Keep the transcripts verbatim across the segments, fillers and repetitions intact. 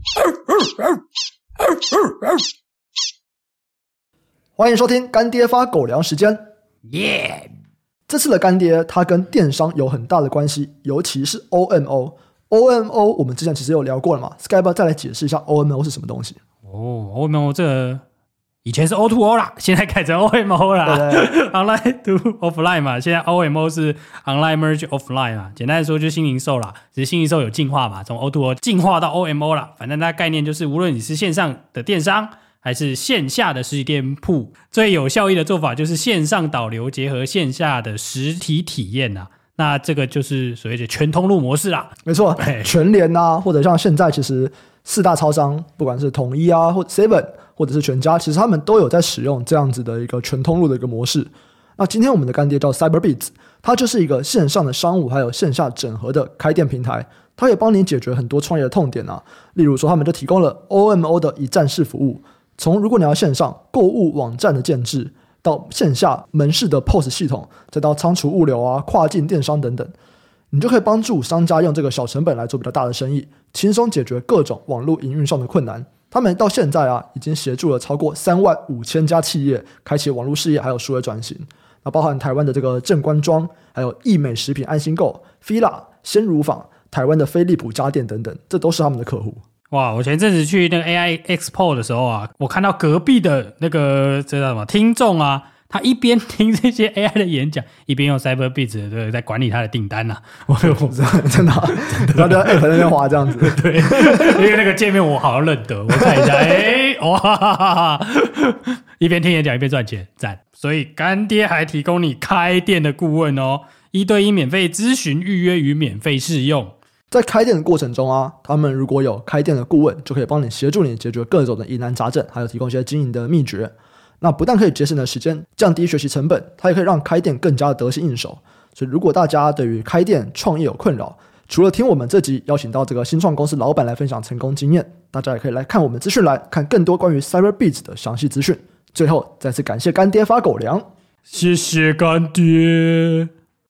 欢迎收听干爹发狗粮时间。 耶！ 这次的干爹它跟电商有很大的关系，尤其是 O M O。O M O 我们之前其实有聊过了嘛 ，Sky 再来解释一下 O M O 是什么东西。 哦 ，O M O 这个以前是 O to O 啦，现在改成 O M O 啦 ，Online to Offline 嘛，现在 O M O 是 Online Merge Offline 嘛，简单来说就是新零售啦，只是新零售有进化嘛，从 O to O 进化到 O M O 啦，反正它概念就是无论你是线上的电商还是线下的实体店铺，最有效益的做法就是线上导流结合线下的实体体验啊。那这个就是所谓的全通路模式啦。 没错，全联啊，或者像现在其实四大超商，不管是统一啊，或 Seven 或者是全家，其实他们都有在使用这样子的一个全通路的一个模式。那今天我们的干爹叫 Cyberbiz， 它就是一个线上的商务还有线下整合的开店平台，它可以帮你解决很多创业的痛点啊。例如说，他们就提供了 O M O 的一站式服务，从如果你要线上购物网站的建制，到线下门市的 P O S 系统，再到仓储物流啊、跨境电商等等，你就可以帮助商家用这个小成本来做比较大的生意，轻松解决各种网络营运上的困难。他们到现在啊，已经协助了超过三万五千家企业开启网络事业，还有数位转型。那包含台湾的这个正官庄，还有益美食品安心购、Fila、鲜乳坊、台湾的飞利浦家电等等，这都是他们的客户。 哇！我前阵子去那个 A I Expo 的时候啊，我看到隔壁的那个这叫什么听众啊，他一边听这些 A I 的演讲，一边用 Cyberbiz 对在管理他的订单呐、啊。我真的、啊，然后就 App 在那边滑这样子， 对，因为那个界面我好像认得，我看一下，哎，哇，一边听演讲一边赚钱，赞！所以干爹还提供你开店的顾问哦，一对一免费咨询、预约与免费试用。 在开店的过程中啊，他们如果有开店的顾问，就可以帮你协助你解决各种的疑难杂症，还有提供一些经营的秘诀。那不但可以节省你的时间，降低学习成本，它也可以让开店更加的得心应手。所以如果大家对于开店创业有困扰，除了听我们这集邀请到这个新创公司老板来分享成功经验，大家也可以来看我们资讯栏，看更多关于 Cyberbiz 的详细资讯。最后再次感谢干爹发狗粮， 谢谢干爹。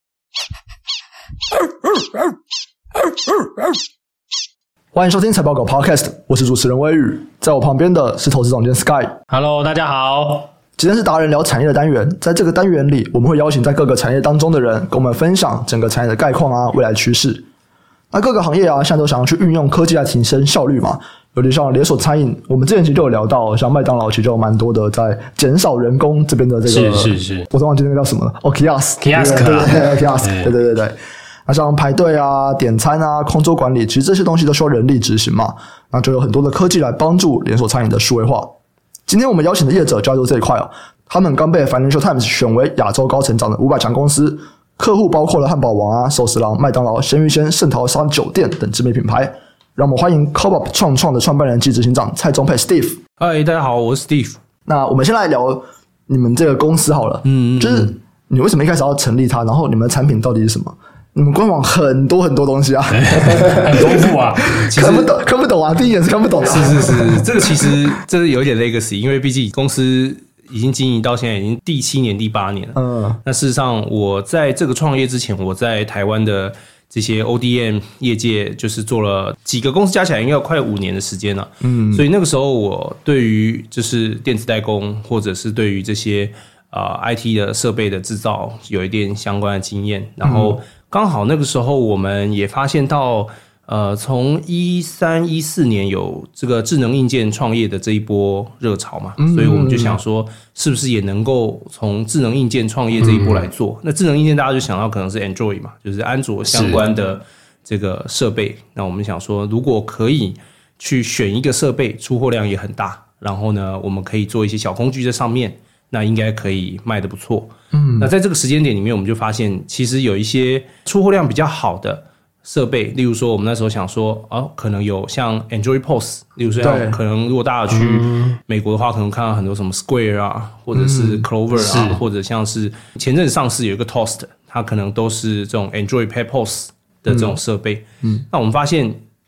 欢迎收听财报狗 Podcast， 我是主持人威宇，在我旁边的是投资总监 Sky。Hello， 大家好。 今天是达人聊产业的单元，在这个单元里，我们会邀请在各个产业当中的人，跟我们分享整个产业的概况啊，未来趋势。那各个行业啊，现在都想要去运用科技来提升效率嘛。尤其像连锁餐饮，我们之前其实就有聊到，像麦当劳其实就有蛮多的在减少人工这边的这个， 是是是， 我都忘记那个叫什么了，哦 ，kiosk， kiosk， 对对对 kiosk， 对对对对。那像排队啊、点餐啊、空桌管理，其实这些东西都需要人力执行嘛，那就有很多的科技来帮助连锁餐饮的数位化。今天我们邀请的业者就要做这一块哦，他们刚被 Financial Times 选为亚洲高成长的五百强公司，客户包括了汉堡王啊、寿司郎、麦当劳、鲜芋仙、圣淘沙酒店等知名品牌。让我们欢迎 Cobop 创创的创办人及执行长蔡宗沛 Steve。 嗨，大家好，我是 Steve。 那我们先来聊你们这个公司好了，嗯，就是你为什么一开始要成立它，然后你们的产品到底是什么？你们官网很多很多东西啊， 很丰富啊， 看不懂看不懂啊，第一眼是看不懂的、啊。 是是是，这个其实这是有一点 legacy， 因为毕竟公司已经经营到现在已经第七年、第八年了。嗯，那事实上我在这个创业之前，我在台湾的这些 O D M 业界就是做了几个公司，加起来应该有快五年的时间了。嗯，所以那个时候我对于就是电子代工，或者是对于这些呃 I T 的设备的制造有一点相关的经验，然后。刚好那个时候，我们也发现到，呃，从一三一四年有这个智能硬件创业的这一波热潮嘛，嗯、所以我们就想说，是不是也能够从智能硬件创业这一波来做？嗯、那智能硬件大家就想到可能是 Android 嘛，就是安卓相关的这个设备。那我们想说，如果可以去选一个设备，出货量也很大，然后呢，我们可以做一些小工具在上面。那应该可以卖得不错。嗯，那在这个时间点里面，我们就发现，其实有一些出货量比较好的设备，例如说，我们那时候想说，哦，可能有像 Android P O S， 例如说，可能如果大家去美国的话，可能看到很多什么 Square 啊，或者是 Clover 啊，嗯、或者像是前阵子上市有一个 Toast， 它可能都是这种 Android P O S 的这种设备。嗯，那我们发现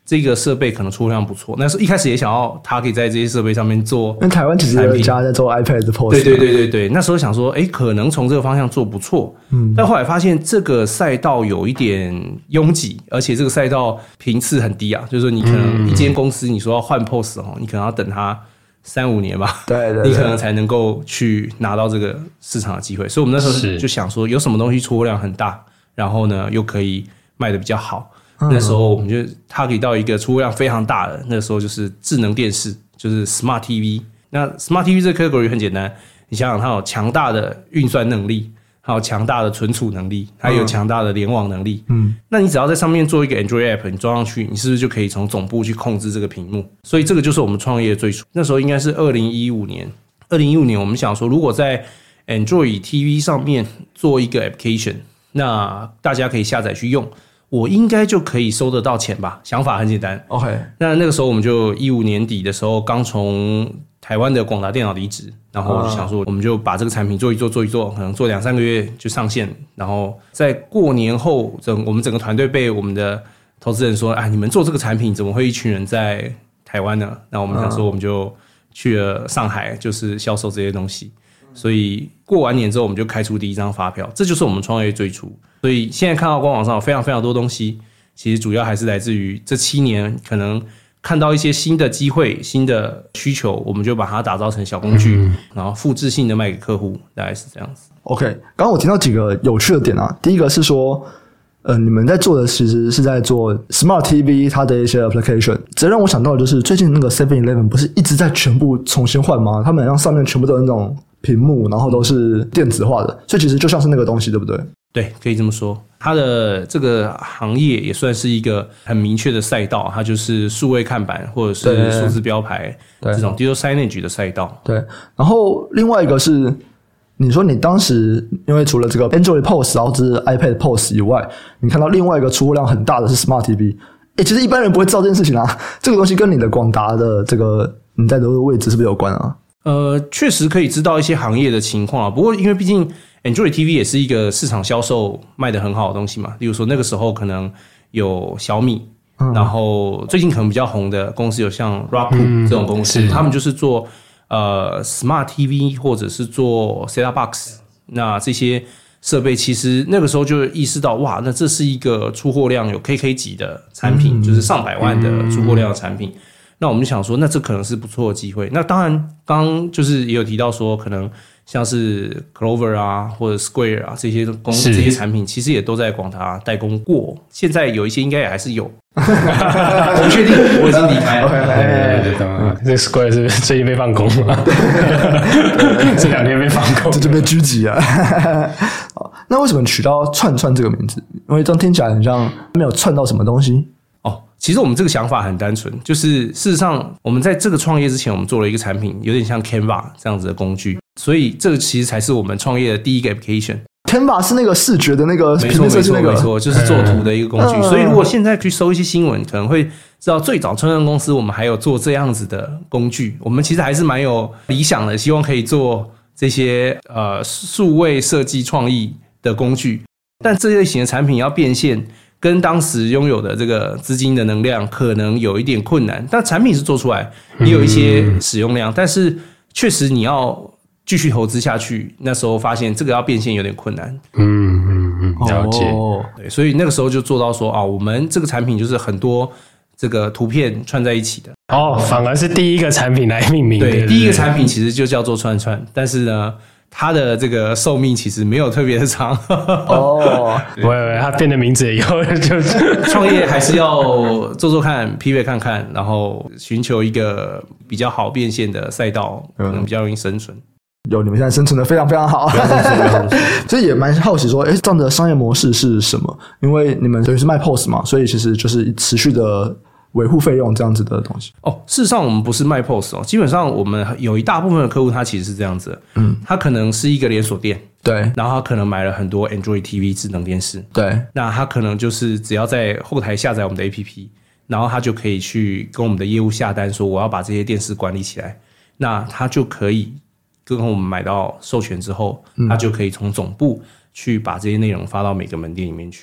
这个设备可能出货量不错，那时候一开始也想要它可以在这些设备上面做， 因为台湾其实有一家在做 iPad 的 P O S， 对对对对对，那时候想说，哎，可能从这个方向做不错，嗯，但后来发现这个赛道有一点拥挤，而且这个赛道频次很低啊，就是说你可能一间公司你说要换 P O S 哦，你可能要等它三五年吧， 对 对, 对， 你可能才能够去拿到这个市场的机会，所以我们那时候就想说，有什么东西出货量很大，然后呢又可以卖得比较好。那时候我们就 target 到一个出货量非常大的，那时候就是智能电视，就是 Smart T V。那 Smart T V 这个 category 很简单，你想想它有强大的运算能力，还有强大的存储能力，还有强大的联网能力。嗯，那你只要在上面做一个 Android app， 你装上去，你是不是就可以从总部去控制这个屏幕？所以这个就是我们创业的最初。那时候应该是二零一五年，二零一五年我们想说，如果在 Android T V 上面做一个 application， 那大家可以下载去用。我应该就可以收得到钱吧？想法很简单。 OK， 那那个时候我们就一五年底的时候，刚从台湾的广达电脑离职，然后我就想说，我们就把这个产品做一做，做一做，可能做两三个月就上线，然后在过年后，整我们整个团队被我们的投资人说，啊，你们做这个产品怎么会一群人在台湾呢？那我们想说，我们就去了上海，就是销售这些东西。所以过完年之后，我们就开出第一张发票，这就是我们创业最初。所以现在看到官网上有非常非常多东西，其实主要还是来自于这七年可能看到一些新的机会、新的需求，我们就把它打造成小工具，嗯、然后复制性的卖给客户，大概是这样子。 OK， 刚刚我听到几个有趣的点啊，第一个是说，呃，你们在做的其实是在做 Smart T V 它的一些 application， 这让我想到的就是最近那个 seven eleven 不是一直在全部重新换吗？他们让上面全部都有那种屏幕，然后都是电子化的，所以其实就像是那个东西，对不对？ 对，可以这么说。它的这个行业也算是一个很明确的赛道，它就是数位看板或者是数字标牌这种 digital signage 的赛道。对， 然后另外一个是，你说你当时因为除了这个 Android P O S 然后是 iPad P O S 以外，你看到另外一个出货量很大的是 Smart T V。欸，其实一般人不会知道这件事情啊。这个东西跟你的广达的这个你在的位置是不是有关啊？ 呃，确实可以知道一些行业的情况啊。不过因为毕竟 Android T V 也是一个市场销售卖得很好的东西嘛。例如说那个时候可能有小米，嗯、然后最近可能比较红的公司有像 Roku 这种公司，嗯、他们就是做呃 Smart T V 或者是做 Set-top Box， 那这些设备其实那个时候就意识到，哇，那这是一个出货量有 K K 级的产品，嗯、就是上百万的出货量的产品。嗯、那我们就想说，那这可能是不错的机会。那当然，刚刚就是也有提到说，可能像是 Clover 啊，或者 Square 啊这些公这些产品，其实也都在广达代工过。现在有一些应该也还是有。我不确定，我已经离开了。 对对对，这 Square 是最近被放空了，这两天被放空， 这就被狙击了。那为什么取到串串这个名字？因为这样听起来很像没有串到什么东西。 哦，其实我们这个想法很单纯，就是事实上我们在这个创业之前，我们做了一个产品，有点像 Canva 这样子的工具，所以这个其实才是我们创业的第一个 application。Canva 是那个视觉的那个， 没错没错没错，就是做图的一个工具。嗯、所以如果现在去搜一些新闻，可能会知道最早创创公司我们还有做这样子的工具。我们其实还是蛮有理想的，希望可以做这些呃数位设计创意的工具。但这类型的产品要变现，跟当时拥有的这个资金的能量可能有一点困难。但产品是做出来，也有一些使用量，嗯、但是确实你要继续投资下去，那时候发现这个要变现有点困难。 嗯嗯嗯，了解。 哦、对，所以那个时候就做到说啊，我们这个产品就是很多这个图片串在一起的。 哦，反而是第一个产品来命名的。 对，第一个产品其实就叫做串串，但是呢，它的这个寿命其实没有特别的长。 哦，不会不会，它变的名字以后就是创业还是要做做看，批配看看，然后寻求一个比较好变现的赛道，可能比较容易生存。 有，你们现在生存的非常非常好，所以也蛮好奇说，哎，这样的商业模式是什么？因为你们等于是卖 P O S 嘛，所以其实就是持续的维护费用这样子的东西。 哦，事实上我们不是卖 P O S 哦，基本上我们有一大部分的客户他其实是这样子的，嗯，他可能是一个连锁店， 对， 然后他可能买了很多 Android T V 智能电视， 对， 那他可能就是只要在后台下载我们的 A P P， 然后他就可以去跟我们的业务下单说我要把这些电视管理起来，那他就可以跟我们买到授权之后，他就可以从总部去把这些内容发到每个门店里面去。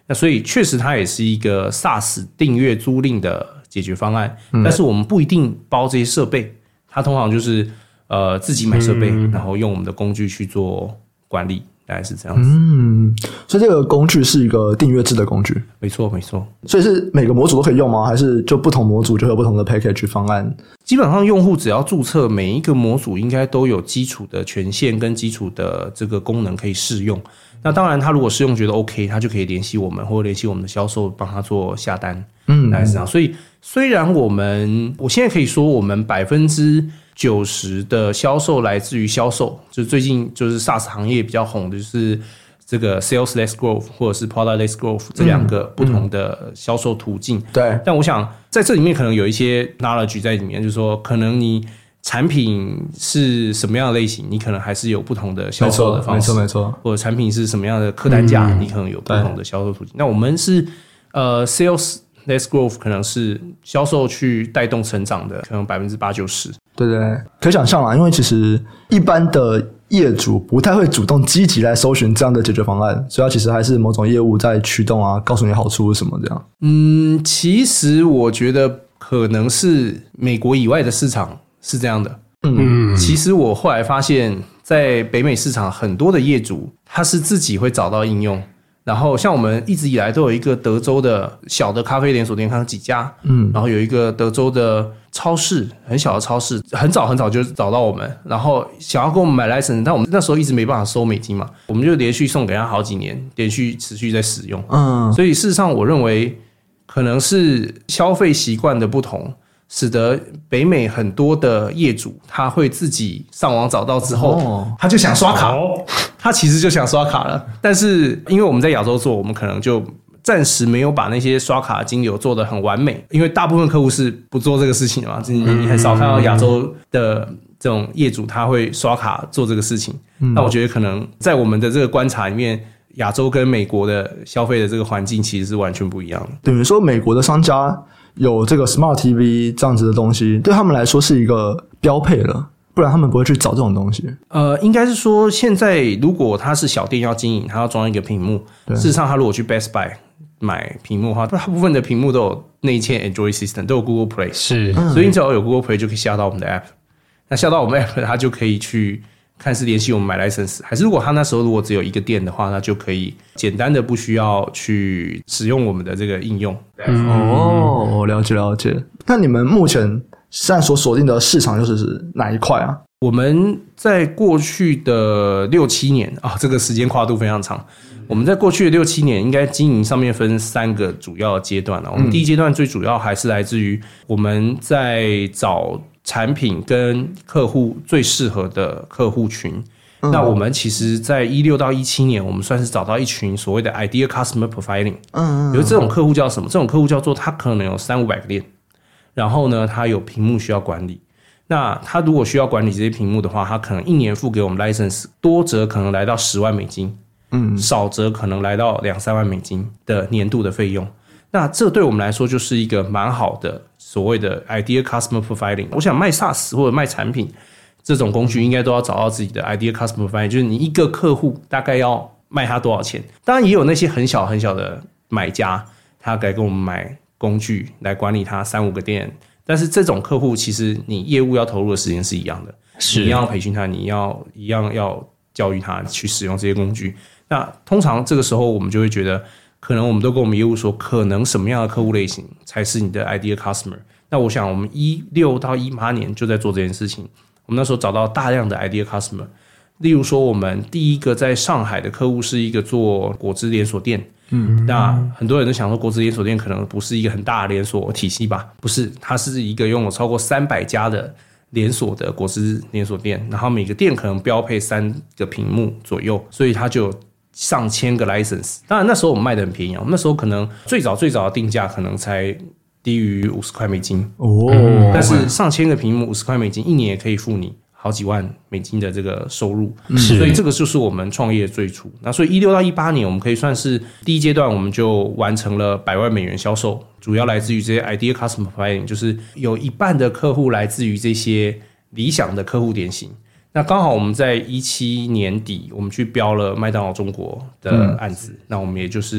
那所以确实它也是一个 SaaS 订阅租赁的解决方案，嗯、但是我们不一定包这些设备，它通常就是呃自己买设备，嗯、然后用我们的工具去做管理。大概是这样子， 嗯，所以这个工具是一个订阅制的工具， 没错没错。 所以是每个模组都可以用吗？还是就不同模组就有不同的 package 方案？ 基本上用户只要注册，每一个模组应该都有基础的权限跟基础的这个功能可以试用。那当然，他如果试用觉得 OK， 他就可以联系我们，或者联系我们的销售，帮他做下单。嗯，大概是这样。所以虽然我们，我现在可以说我们百分之九十的销售来自于销售，就最近就是 SaaS 行业比较红的就是这个 Sales-led Growth 或者是 Product-led Growth 这两个不同的销售途径。嗯嗯、 对， 但我想在这里面可能有一些 knowledge 在里面，就是说可能你产品是什么样的类型，你可能还是有不同的销售的方式， 没错没错。 或者产品是什么样的客单价，嗯、你可能有不同的销售途径。那我们是呃 Sales-led Growth 可能是销售去带动成长的，可能百分之八九十。 对对，可以想象啦，因为其实一般的业主不太会主动积极来搜寻这样的解决方案，所以它其实还是某种业务在驱动啊，告诉你好处是什么这样。 嗯，其实我觉得可能是美国以外的市场是这样的。嗯，其实我后来发现，在北美市场很多的业主他是自己会找到应用。然后像我们一直以来都有一个德州的小的咖啡连锁店，看几家，嗯，然后有一个德州的超市，很小的超市，很早很早就找到我们，然后想要跟我们买 license， 但我们那时候一直没办法收美金嘛，我们就连续送给他好几年，连续持续在使用，嗯，所以事实上我认为可能是消费习惯的不同，使得北美很多的业主他会自己上网找到之后，哦、他就想刷卡。哦他其实就想刷卡了，但是因为我们在亚洲做，我们可能就暂时没有把那些刷卡金流做得很完美，因为大部分客户是不做这个事情的嘛，你很少看到亚洲的这种业主他会刷卡做这个事情。那我觉得可能在我们的这个观察里面，亚洲跟美国的消费的这个环境其实是完全不一样的。 等于说美国的商家有这个 Smart T V 这样子的东西，对他们来说是一个标配了。不然他们不会去找这种东西。 呃，应该是说，现在如果他是小店要经营，他要装一个屏幕，事实上他如果去 Best Buy 买屏幕的话，大部分的屏幕都有内嵌 Android System， 都有 Google Play， 是，所以你只要有 Google Play 就可以下到我们的 App。那下到我们 App， 他就可以去看是联系我们买 license， 还是如果他那时候如果只有一个店的话，那就可以简单的不需要去使用我们的这个应用。 嗯、哦，了解了解。那你们目前现在所锁定的市场又是哪一块啊？ 我们在过去的六七年啊，这个时间跨度非常长。我们在过去的六七年，应该经营上面分三个主要的阶段了。我们第一阶段最主要还是来自于我们在找产品跟客户最适合的客户群。嗯、那我们其实在一六到一七年，我们算是找到一群所谓的 Ideal Customer Profiling。嗯嗯。有这种客户叫什么？这种客户叫做他可能有三五百个店。然后呢，他有屏幕需要管理。那他如果需要管理这些屏幕的话，他可能一年付给我们 license， 多则可能来到十万美金，嗯，少则可能来到两三万美金的年度的费用。那这对我们来说就是一个蛮好的所谓的 ideal customer profiling。我想卖 SaaS 或者卖产品这种工具，应该都要找到自己的 ideal customer profiling， 就是你一个客户大概要卖他多少钱。当然也有那些很小很小的买家，他该跟我们买工具来管理他三五个店，但是这种客户其实你业务要投入的时间是一样的，是你要培训他，你要一样要教育他去使用这些工具。那通常这个时候我们就会觉得，可能我们都跟我们业务说，可能什么样的客户类型才是你的 ideal customer。那我想我们一六到一八年就在做这件事情，我们那时候找到大量的 ideal customer。例如说，我们第一个在上海的客户是一个做果汁连锁店。嗯，那很多人都想说，果汁连锁店可能不是一个很大的连锁体系吧？不是，它是一个拥有超过三百家的连锁的果汁连锁店，然后每个店可能标配三个屏幕左右，所以它就有上千个 license。当然那时候我们卖的很便宜，我们那时候可能最早最早的定价可能才低于五十块美金哦，但是上千个屏幕五十块美金，一年也可以付你好几万美金的这个收入，所以这个就是我们创业最初。那所以一六到一八年，我们可以算是第一阶段，我们就完成了百万美元销售，主要来自于这些 ideal customer profiling， 就是有一半的客户来自于这些理想的客户典型。那刚好我们在一七年底，我们去标了麦当劳中国的案子，嗯、那我们也就是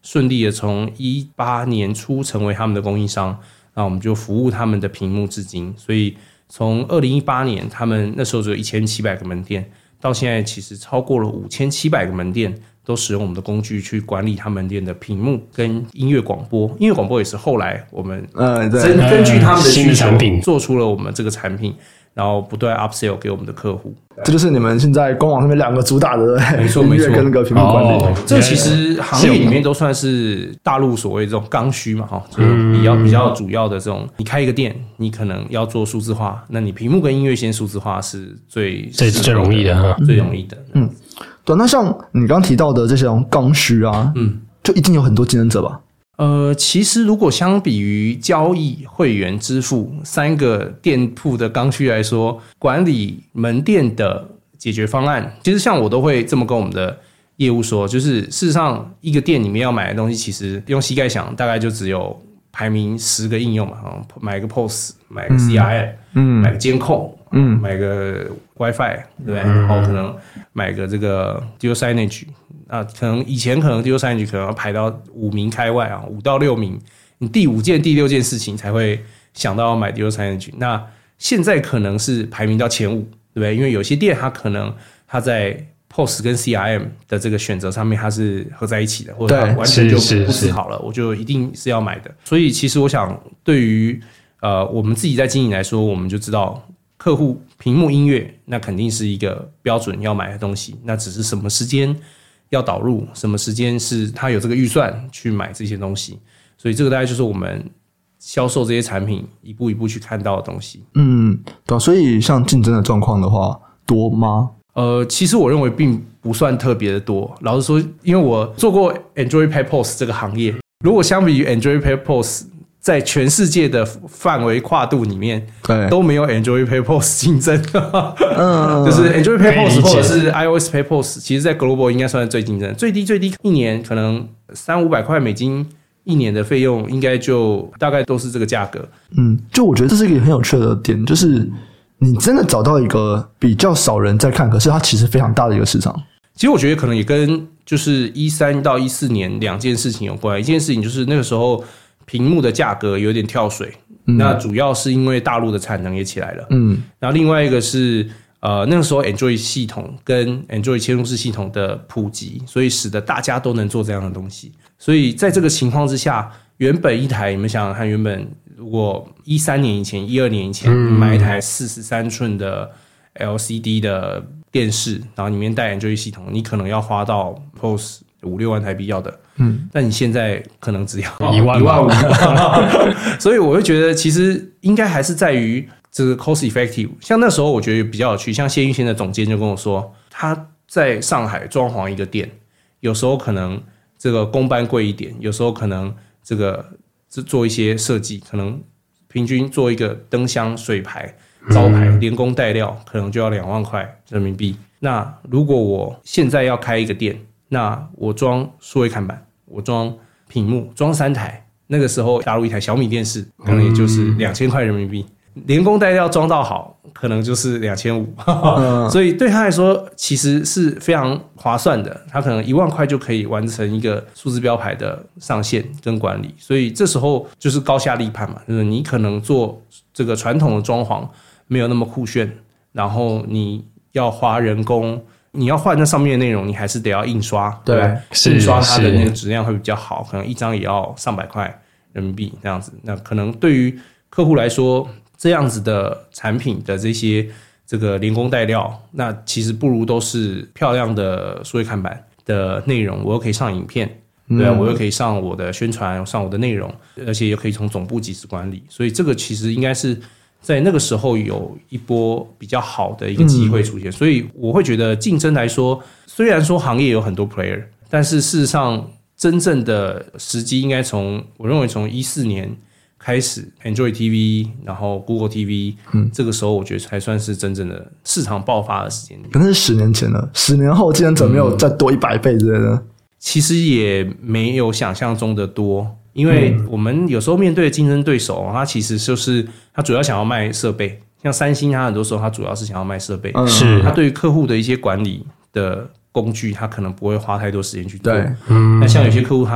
顺利的从一八年初成为他们的供应商，那我们就服务他们的屏幕至今。所以从二零一八年，他们那时候只有一千七百个门店，到现在其实超过了五千七百个门店都使用我们的工具去管理他们店的屏幕跟音乐广播。音乐广播也是后来我们根根据他们的需求做出了我们这个产品，然后不断 upsell 给我们的客户。 这就是你们现在官网上面两个主打的没错没错跟那个屏幕管理。 哦、这其实行业里面都算是大陆所谓这种刚需嘛，哈，就是比较比较主要的这种。你开一个店，你可能要做数字化，那你屏幕跟音乐先数字化是最最最容易的哈， 最容易的。 嗯，对。那像你刚刚提到的这种刚需啊，嗯，就一定有很多竞争者吧？ 呃，其实如果相比于交易、会员、支付三个店铺的刚需来说，管理门店的解决方案，其实像我都会这么跟我们的业务说，就是事实上一个店里面要买的东西，其实用膝盖想，大概就只有排名十个应用嘛，买个 P O S， 买个 C R M， 嗯，买个监控，嗯，买个 WiFi， 对不对？然后可能买个这个 Dual Signage。啊，可能以前可能 Dual Signage 可能要排到五名开外啊，五到六名，你第五件、第六件事情才会想到要买 Dual Signage。那现在可能是排名到前五，对不对？因为有些店它可能它在 P O S 跟 C R M 的这个选择上面它是合在一起的，或者它完全就不思考了，我就一定是要买的。所以其实我想，对于呃我们自己在经营来说，我们就知道客户屏幕音乐那肯定是一个标准要买的东西，那只是什么时间要导入，什么时间是他有这个预算去买这些东西，所以这个大概就是我们销售这些产品一步一步去看到的东西。 嗯，对啊，所以像竞争的状况的话，多吗？ 呃，其实我认为并不算特别的多。老实说，因为我做过 Android Pay P O S 这个行业，如果相比于 Android Pay P O S，在全世界的范围跨度里面，对都没有 Android Pay P O S 竞争，嗯，就是 Android Pay P O S 或者是 iOS Pay P O S， 其实在 Global 应该算是最竞争，最低最低一年可能三五百块美金一年的费用，应该就大概都是这个价格。 嗯，就我觉得这是一个很有趣的点，就是你真的找到一个比较少人在看，可是它其实非常大的一个市场。 其实我觉得可能也跟就是一三到一四年两件事情有关，一件事情就是那个时候屏幕的价格有点跳水，嗯、那主要是因为大陆的产能也起来了，嗯，然后另外一个是呃那个时候 Android 系统跟 Android 嵌入式系统的普及，所以使得大家都能做这样的东西。所以在这个情况之下，原本一台你们想想看，原本如果一三年以前、一二年以前、嗯、买一台四十三寸的 L C D 的电视，然后里面带 Android 系统，你可能要花到 P O S 五六万台币要的。嗯，但你现在可能只要一万一万五，所以我会觉得其实应该还是在于这个 cost effective。像那时候我觉得比较有趣，像谢玉仙的总监就跟我说，他在上海装潢一个店，有时候可能这个工班贵一点，有时候可能这个做一些设计，可能平均做一个灯箱、水牌、招牌，连工带料，可能就要两万块人民币。那如果我现在要开一个店，那我装数位看板，我装屏幕，装三台，那个时候加入一台小米电视，可能也就是两千块人民币，连工带料装到好，可能就是两千五，所以对他来说其实是非常划算的。他可能一万块就可以完成一个数字标牌的上线跟管理，所以这时候就是高下立判嘛，就是你可能做这个传统的装潢没有那么酷炫，然后你要花人工。你要换那上面的内容，你还是得要印刷，对吧？印刷它的那个质量会比较好，可能一张也要上百块人民币这样子。那可能对于客户来说，这样子的产品的这些这个连工带料，那其实不如都是漂亮的数位看板的内容，我又可以上影片，对啊，我又可以上我的宣传，上我的内容，而且也可以从总部及时管理，所以这个其实应该是。在那个时候有一波比较好的一个机会出现，嗯、所以我会觉得竞争来说，虽然说行业有很多 player， 但是事实上真正的时机应该从我认为从一四年开始 ，Android T V， 然后 Google T V，嗯、这个时候我觉得才算是真正的市场爆发的时间点。 可能是十年前了，十年后竞争者没有再多一百倍之类的、嗯， 其实也没有想象中的多。因为我们有时候面对的竞争对手，他其实就是他主要想要卖设备，像三星，他很多时候他主要是想要卖设备，是他对于客户的一些管理的工具，他可能不会花太多时间去做。对，嗯，那像有些客户他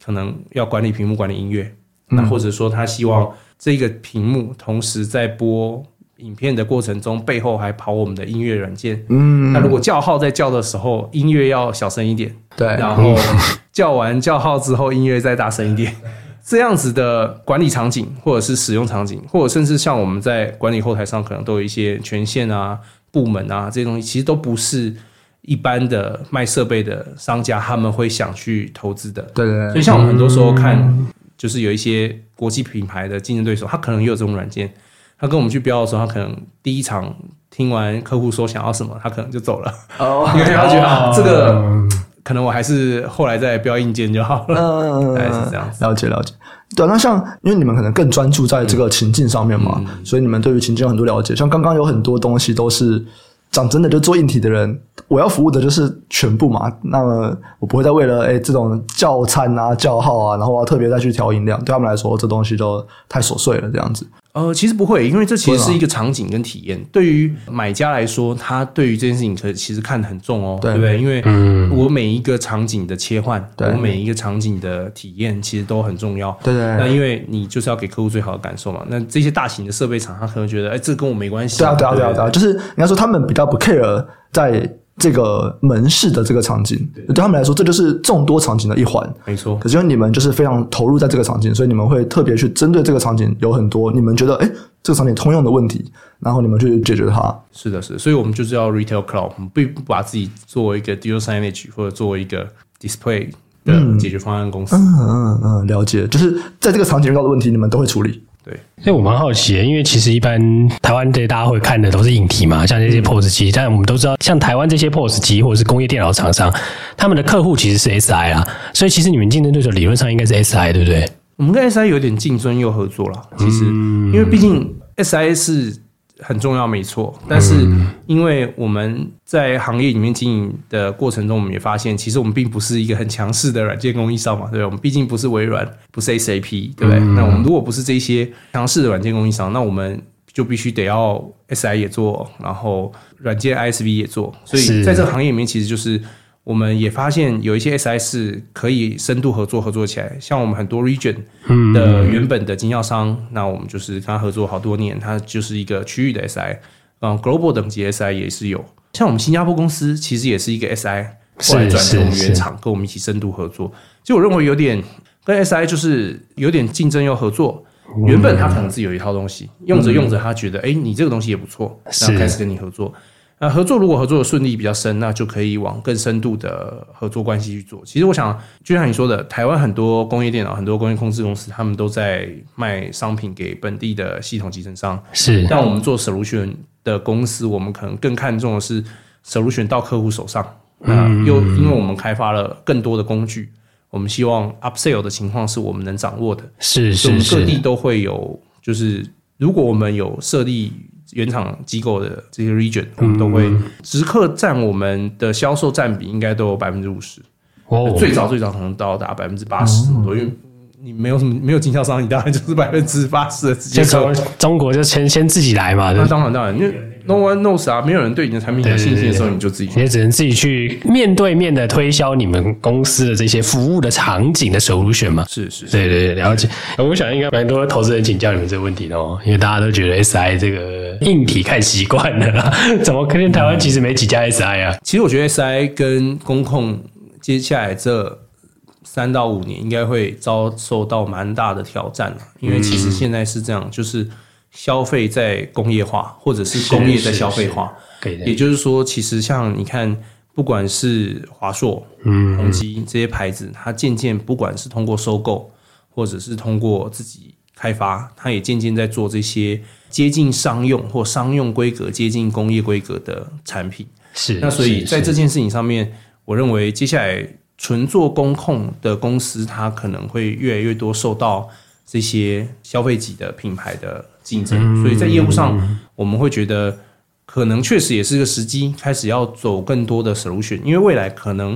可能要管理屏幕、管理音乐，嗯、那或者说他希望这个屏幕同时在播影片的过程中，背后还跑我们的音乐软件。嗯，那如果叫号在叫的时候，音乐要小声一点， 对， 然后叫完叫号之后，音乐再大声一点。这样子的管理场景，或者是使用场景，或者甚至像我们在管理后台上，可能都有一些权限啊、部门啊这些东西，其实都不是一般的卖设备的商家他们会想去投资的。 对对对。 所以像我们很多时候看，就是有一些国际品牌的竞争对手，他可能也有这种软件。他跟我们去标的时候，他可能第一场听完客户说想要什么，他可能就走了。哦，因为他觉得、啊、这个可能我还是后来再标硬件就好了。嗯，大概是这样子。 了解了解。对，那像因为你们可能更专注在这个情境上面嘛，嗯、所以你们对于情境有很多了解。像刚刚有很多东西都是讲真的，就做硬体的人，我要服务的就是全部嘛。那么我不会再为了诶这种叫餐啊、叫号啊，然后我要特别再去调音量，对他们来说，这东西就太琐碎了，这样子。 呃，其实不会，因为这其实是一个场景跟体验。对于买家来说，他对于这件事情可其实看得很重哦， 对, 对不对？因为我每一个场景的切换，我每一个场景的体验，其实都很重要。 对对。 那因为你就是要给客户最好的感受嘛。那这些大型的设备厂，他可能觉得，哎，这跟我没关系。 对啊，对啊，对啊，对啊，就是应该说他们比较不 care 在这个门市的这个场景，对他们来说，这就是众多场景的一环。 没错。 可是因为你们就是非常投入在这个场景，所以你们会特别去针对这个场景，有很多你们觉得哎这个场景通用的问题，然后你们去解决它。 是的，是的。所以我们就是要 retail cloud， 我们不把自己作为一个 digital signage 或者作为一个 display 的解决方案公司。 嗯嗯嗯，了解。就是在这个场景遇到的问题，你们都会处理。 对， 所以我蛮好奇的，因为其实一般台湾这大家会看的都是硬体嘛，像这些 P O S 机，但我们都知道，像台湾这些 P O S 机或者是工业电脑厂商，他们的客户其实是 S I 啦，所以其实你们竞争对手理论上应该是 S I， 对不对？ 我们跟 S I 有点竞争又合作啦，其实，嗯、因为毕竟 S I 是很重要，没错。但是因为我们在行业里面经营的过程中，我们也发现，其实我们并不是一个很强势的软件供应商嘛，对不对？我们毕竟不是微软，不是 S A P， 对不对？嗯、那我们如果不是这些强势的软件供应商，那我们就必须得要 S I 也做，然后软件 I S V 也做。所以在这个行业里面，其实就是我们也发现有一些 S I 是可以深度合作合作起来，像我们很多 region 的原本的经销商，嗯、那我们就是跟他合作好多年，他就是一个区域的 S I， 嗯 ，global 等级的 S I 也是有。像我们新加坡公司其实也是一个 S I， 后来转成我们原厂，跟我们一起深度合作。就我认为有点跟 S I 就是有点竞争又合作。原本他可能自己有一套东西，用着用着他觉得，哎、嗯，你这个东西也不错，然后开始跟你合作。那合作如果合作的顺利比较深，那就可以往更深度的合作关系去做。其实我想，就像你说的，台湾很多工业电脑、很多工业控制公司，他们都在卖商品给本地的系统集成商。 是， 但我们做 solution 的公司，我们可能更看重的是 solution 到客户手上。那又因为我们开发了更多的工具，我们希望 upsell 的情况是我们能掌握的。 是是是， 所以我们各地都会有，就是如果我们有设立原厂机构的这些 region， 我们都会直客占我们的销售占比应该都有百分之五十，最早最早可能到达百分之八十，因为你没有什么没有经销商，你当然就是百分之八十的直接客。 中国就先先自己来嘛， 那当然当然，因为 no one knows 啊，没有人对你的产品有信心的时候，你就自己去， 你也只能自己去面对面的推销你们公司的这些服务的场景的 solution 嘛。 是是， 对对对，了解。我想应该蛮多投资人请教你们这个问题的哦，因为大家都觉得 S I 这个硬体看习惯了啦，怎么可能台湾其实没几家 S I 啊？ 其实我觉得 S I 跟工控接下来这三到五年应该会遭受到蛮大的挑战，因为其实现在是这样，就是消费在工业化，或者是工业在消费化。也就是说，其实像你看，不管是华硕、嗯、宏基这些牌子，它渐渐不管是通过收购，或者是通过自己开发，它也渐渐在做这些接近商用或商用规格、接近工业规格的产品。 是， 那所以在这件事情上面，我认为接下来纯做工控的公司，它可能会越来越多受到这些消费级的品牌的竞争，嗯、所以在业务上，我们会觉得可能确实也是个时机，开始要走更多的 solution， 因为未来可能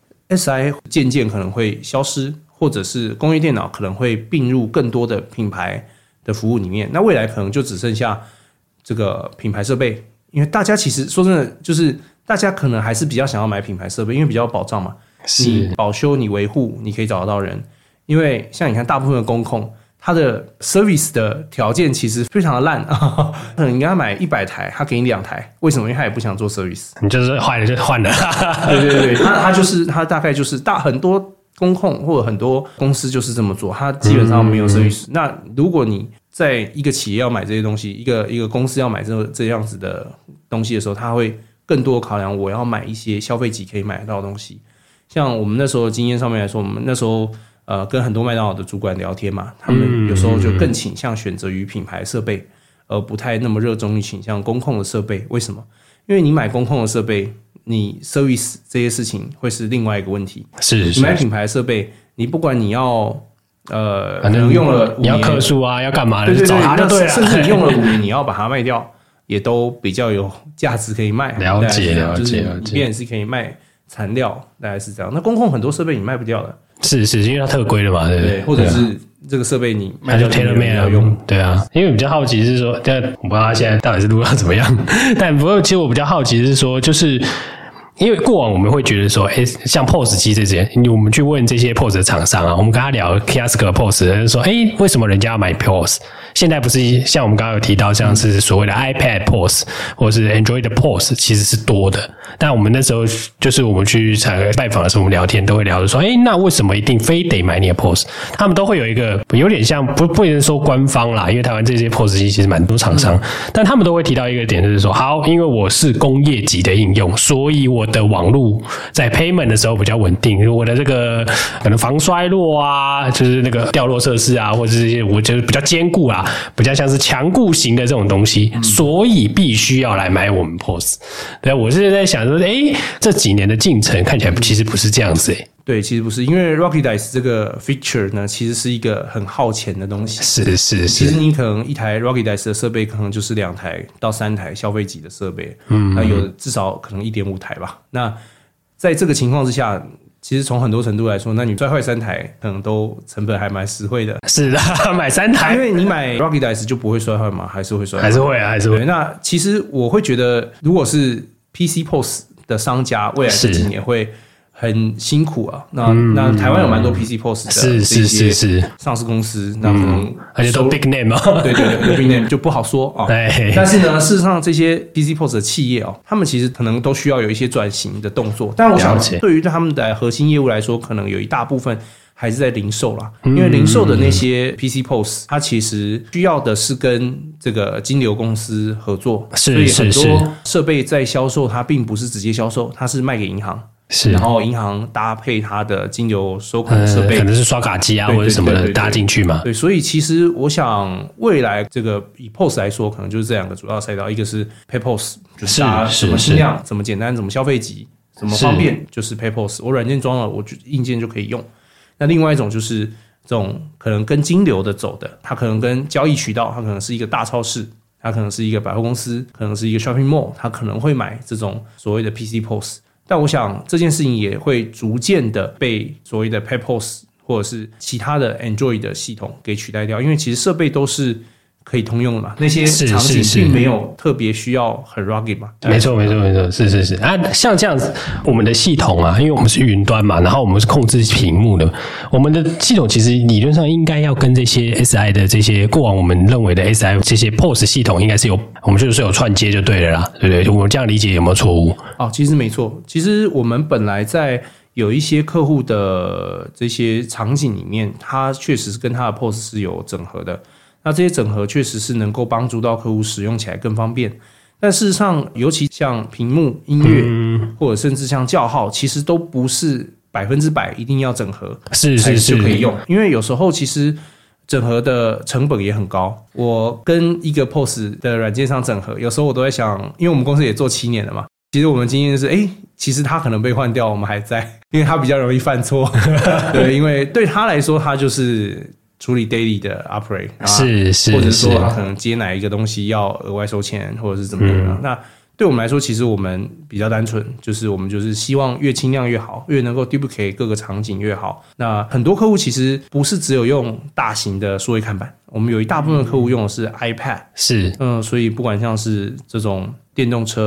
S I 渐渐可能会消失，或者是工业电脑可能会并入更多的品牌的服务里面，那未来可能就只剩下这个品牌设备，因为大家其实说真的，就是大家可能还是比较想要买品牌设备，因为比较有保障嘛。你保修、你维护，你可以找得到人， 因为像你看大部分的工控，它的 service 的条件其实非常的烂，可能你跟他买一百台，他给你两台，为什么？因为他也不想做 service， 你就是坏了就换了。 对对对，他他就是他大概就是大很多工控或者很多公司就是这么做，他基本上没有 service、嗯。那如果你在一个企业要买这些东西，一个一个公司要买这这样子的东西的时候，他会更多考量我要买一些消费级可以买得到的东西。像我们那时候的经验上面来说，我们那时候。呃，跟很多麦当劳的主管聊天嘛，他们有时候就更倾向选择于品牌设备，而不太那么热衷于倾向工控的设备。为什么？因为你买工控的设备，你 service 这些事情会是另外一个问题。 是，是你买品牌设备，你不管你要呃，可能用了五年， 你要客诉啊，要干嘛的？ 对对对， 找他就对了。 甚至你用了五年，你要把它卖掉，也都比较有价值可以卖。 了解了解了解， 即便是可以卖残料，大概是这样。那工控很多设备你卖不掉的。 是是，因为它特规的嘛，对不对？ 或者是这个设备你卖掉 tailor made 要用，对啊。因为比较好奇是说，但我不知道他现在到底是录到怎么样，但不过其实我比较好奇是说，就是因为过往我们会觉得说，哎，像 P O S 机这些，我们去问这些 P O S 的厂商啊，我们跟他聊 Kiosk P O S， 就说，哎，为什么人家要买 P O S？现在不是像我们刚刚有提到，像是所谓的 iPad P O S 或者是 Android 的 P O S， 其实是多的。但我们那时候就是我们去拜访的时候，我们聊天都会聊说，哎，那为什么一定非得买你的 P O S？ 他们都会有一个有点像不不能说官方啦，因为台湾这些 P O S 机其实蛮多厂商，但他们都会提到一个点，就是说，好，因为我是工业级的应用，所以我的网络在 payment 的时候比较稳定，我的这个可能防摔落啊，就是那个掉落测试啊，或者是这些我觉得比较坚固啊。比较像是强固型的这种东西，嗯、所以必须要来买我们 P O S。对，我是在想说，哎，这几年的进程看起来其实不是这样子，哎。 对，其实不是，因为 Rocky Dice 这个 feature 呢，其实是一个很耗钱的东西。 是是是。 其实你可能一台 Rocky Dice 的设备，可能就是两台到三台消费级的设备，嗯，那有至少可能一点五台吧。那在这个情况之下。其实从很多程度来说，那你摔坏三台，可能都成本还蛮实惠的。 是的，买三台， 因为你买 Rocky Dice 就不会摔坏吗？还是会摔坏？ 还是会啊，还是会。 那其实我会觉得，如果是 P C P O S 的商家，未来这几年会很辛苦啊。那、嗯、那台湾有蛮多 P C P O S 的是是是是上市公司，那可能、嗯、 而且都 big name 啊， 对对对 ，big name 就不好说啊。但是呢，事实上这些 P C P O S 的企业哦，他们其实可能都需要有一些转型的动作。但我想，对于他们的核心业务来说，可能有一大部分还是在零售啦，因为零售的那些 P C P O S， 它其实需要的是跟这个金流公司合作，所以很多设备在销售，它并不是直接销售，它是卖给银行。是，然后银行搭配它的金流收款设备、呃， 可能是刷卡机啊或者什么的搭进去嘛。 对，所以其实我想未来这个以 P O S 来说，可能就是这两个主要赛道，一个是 Pay P O S， 就是大家怎么轻量、怎么简单、怎么消费级、怎么方便，就是 Pay P O S。我软件装了，我就硬件就可以用。那另外一种就是这种可能跟金流的走的，它可能跟交易渠道，它可能是一个大超市。它可能是一个百货公司，可能是一个 shopping mall， 它可能会买这种所谓的 P C P O S。但我想这件事情也会逐渐的被所谓的 Pay P O S 或者是其他的 Android 的系统给取代掉，因为其实设备都是可以通用的嘛，那些场景并没有特别需要很 rugged 嘛。 没错，没错，没错，是是是啊，像这样子，我们的系统啊，因为我们是云端嘛，然后我们是控制屏幕的，我们的系统其实理论上应该要跟这些 S I 的这些过往我们认为的 S I 这些 P O S 系统应该是有，我们就是有串接就对了啦，对不对？我们这样理解有没有错误？ 哦，其实没错，其实我们本来在有一些客户的这些场景里面，它确实是跟它的 P O S 是有整合的。那这些整合确实是能够帮助到客户使用起来更方便，但事实上，尤其像屏幕、音乐，嗯、或者甚至像叫号，其实都不是百分之百一定要整合， 是是是就可以用。因为有时候其实整合的成本也很高。我跟一个 P O S 的软件上整合，有时候我都在想，因为我们公司也做七年了嘛，其实我们经验是，哎，其实他可能被换掉，我们还在，因为他比较容易犯错。对，因为对他来说，他就是处理 daily 的 operate， 是是， 或者说他可能接哪一个东西要额外收钱，或者是怎么样、嗯、那对我们来说，其实我们比较单纯，就是我们就是希望越轻量越好，越能够 duplicate 各个场景越好。那很多客户其实不是只有用大型的数位看板，我们有一大部分的客户用的是 iPad， 是， 嗯，所以不管像是这种电动车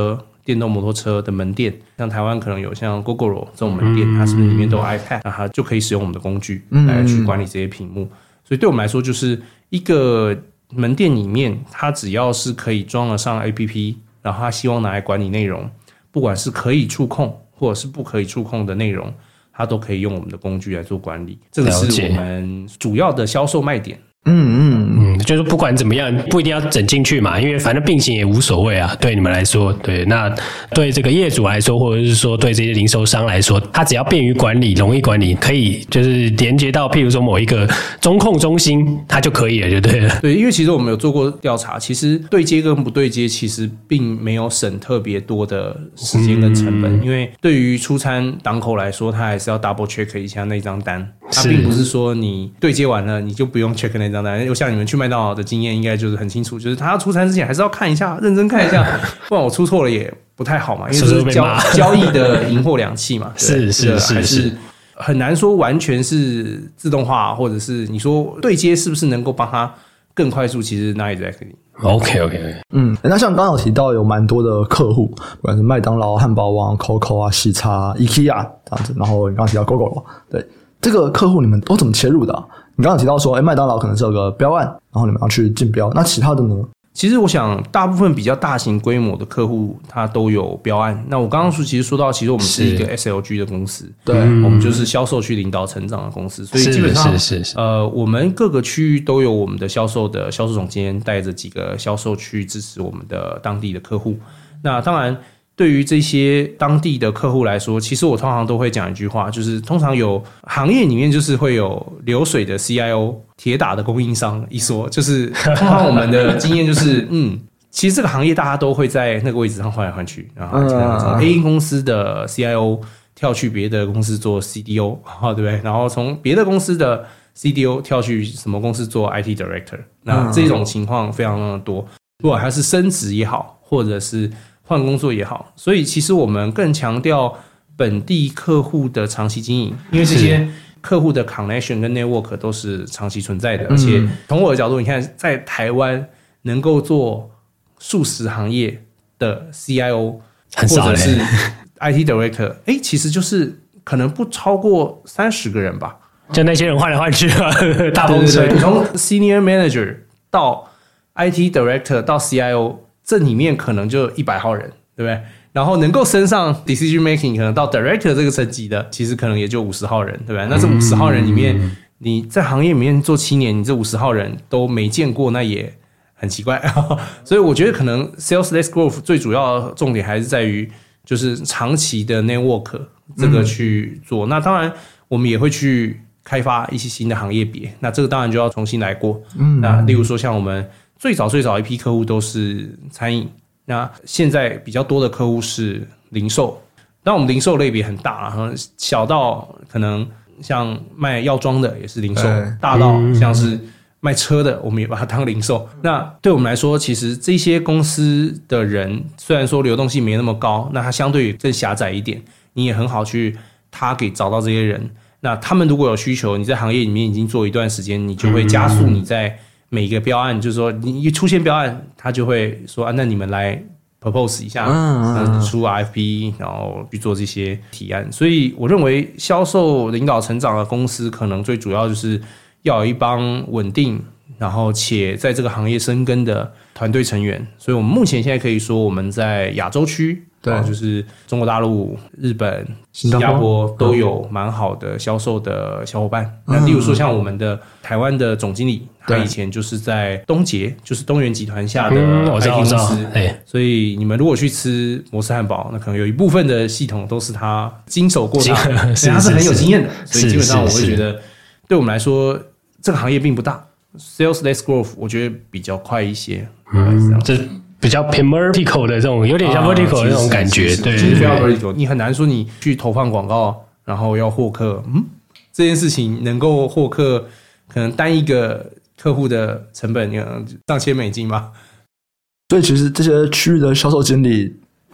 电动摩托车的门店，像台湾可能有像 Gogoro 这种门店，它是不是里面都有 iPad， 那它就可以使用我们的工具来去管理这些屏幕。所以对我们来说，就是一个门店里面，它只要是可以装得上 A P P， 然后它希望拿来管理内容，不管是可以触控或者是不可以触控的内容，它都可以用我们的工具来做管理。这个是我们主要的销售卖点。 嗯嗯嗯，就是不管怎么样，不一定要整进去嘛，因为反正并行也无所谓啊。对你们来说，对，那对这个业主来说，或者是说对这些零售商来说，它只要便于管理、容易管理，可以就是连接到譬如说某一个中控中心，它就可以了，就对了。 对，因为其实我们有做过调查，其实对接跟不对接，其实并没有省特别多的时间跟成本。嗯、因为对于出餐档口来说，他还是要 double check 一下那张单，它并不是说你对接完了你就不用 check 那张。又像你们去麦当劳的经验应该就是很清楚，就是他要出餐之前还是要看一下，认真看一下，不然我出错了也不太好嘛，因为这是交交易的银货两讫嘛， 是是是是， 很难说完全是自动化，或者是你说对接是不是能够帮他更快速，其实 not exactly。OK OK， 嗯，那像刚刚有提到有蛮多的客户，不管是麦当劳、汉堡王、Coco 啊、西叉、IKEA 这样子，然后你刚刚提到 Gogoro， 对这个客户你们都怎么切入的、啊？你刚刚提到说，哎，麦当劳可能是有个标案，然后你们要去竞标，那其他的呢？ 其实我想，大部分比较大型规模的客户，他都有标案。那我刚刚说，其实说到，其实我们是一个 S L G 的公司，对，我们就是销售去领导成长的公司，所以基本上，是是是呃，我们各个区域都有我们的销售的销售总监带着几个销售去支持我们的当地的客户。那当然。对于这些当地的客户来说，其实我通常都会讲一句话，就是通常有行业里面就是会有流水的 C I O、铁打的供应商一说，就是通常我们的经验就是，嗯，其实这个行业大家都会在那个位置上换来换去，然后从 A 公司的 C I O 跳去别的公司做 C D O， 对不对？然后从别的公司的 C D O 跳去什么公司做 I T Director， 那这种情况非常的多，不管它是升职也好，或者是换工作也好，所以其实我们更强调本地客户的长期经营，因为这些客户的 connection 跟 network 都是长期存在的，而且从我的角度，你看在台湾能够做数十行业的 C I O 或者是 I T director， 哎，其实就是可能不超过三十个人吧， 就那些人换来换去啊，大风车。 从 senior manager 到 I T director 到 C I O。这里面可能就一百号人，对不对？然后能够升上 decision making 可能到 director 这个层级的，其实可能也就五十号人，对不对？那这五十号人里面，你在行业里面做七年，你这五十号人都没见过，那也很奇怪。所以我觉得可能 sales led growth 最主要的重点还是在于就是长期的 network 这个去做。嗯、那当然我们也会去开发一些新的行业别，那这个当然就要重新来过。嗯，那例如说像我们。最早最早一批客户都是餐饮，那现在比较多的客户是零售。但我们零售类别很大，小到可能像卖药妆的也是零售，大到像是卖车的，我们也把它当零售。那对我们来说，其实这些公司的人虽然说流动性没那么高，那它相对更狭窄一点，你也很好去target找到这些人。那他们如果有需求，你在行业里面已经做一段时间，你就会加速你在每个标案，就是说你一出现标案，他就会说啊，那你们来 propose 一下，嗯，出 R F P， 然后去做这些提案。所以我认为销售领导成长的公司，可能最主要就是要有一帮稳定，然后且在这个行业深耕的团队成员。所以我们目前现在可以说，我们在亚洲区。对，就是中国大陆、日本、新加坡都有蛮好的销售的小伙伴。嗯、那例如说像我们的台湾的总经理，他以前就是在东杰，就是东元集团下的 I T 公司。嗯、所以你们如果去吃摩斯汉堡，那可能有一部分的系统都是他经手过的，所以他是很有经验的。所以基本上我会觉得，对我们来说，这个行业并不大 ，sales led growth 我觉得比较快一些。嗯， 这。比较偏 vertical 的这种，有点像 vertical 的那种感觉，对， 其实比较 vertical。你很难说你去投放广告，然后要获客，嗯，这件事情能够获客，可能单一个客户的成本上千美金吧。 所以其实这些区域的销售经理，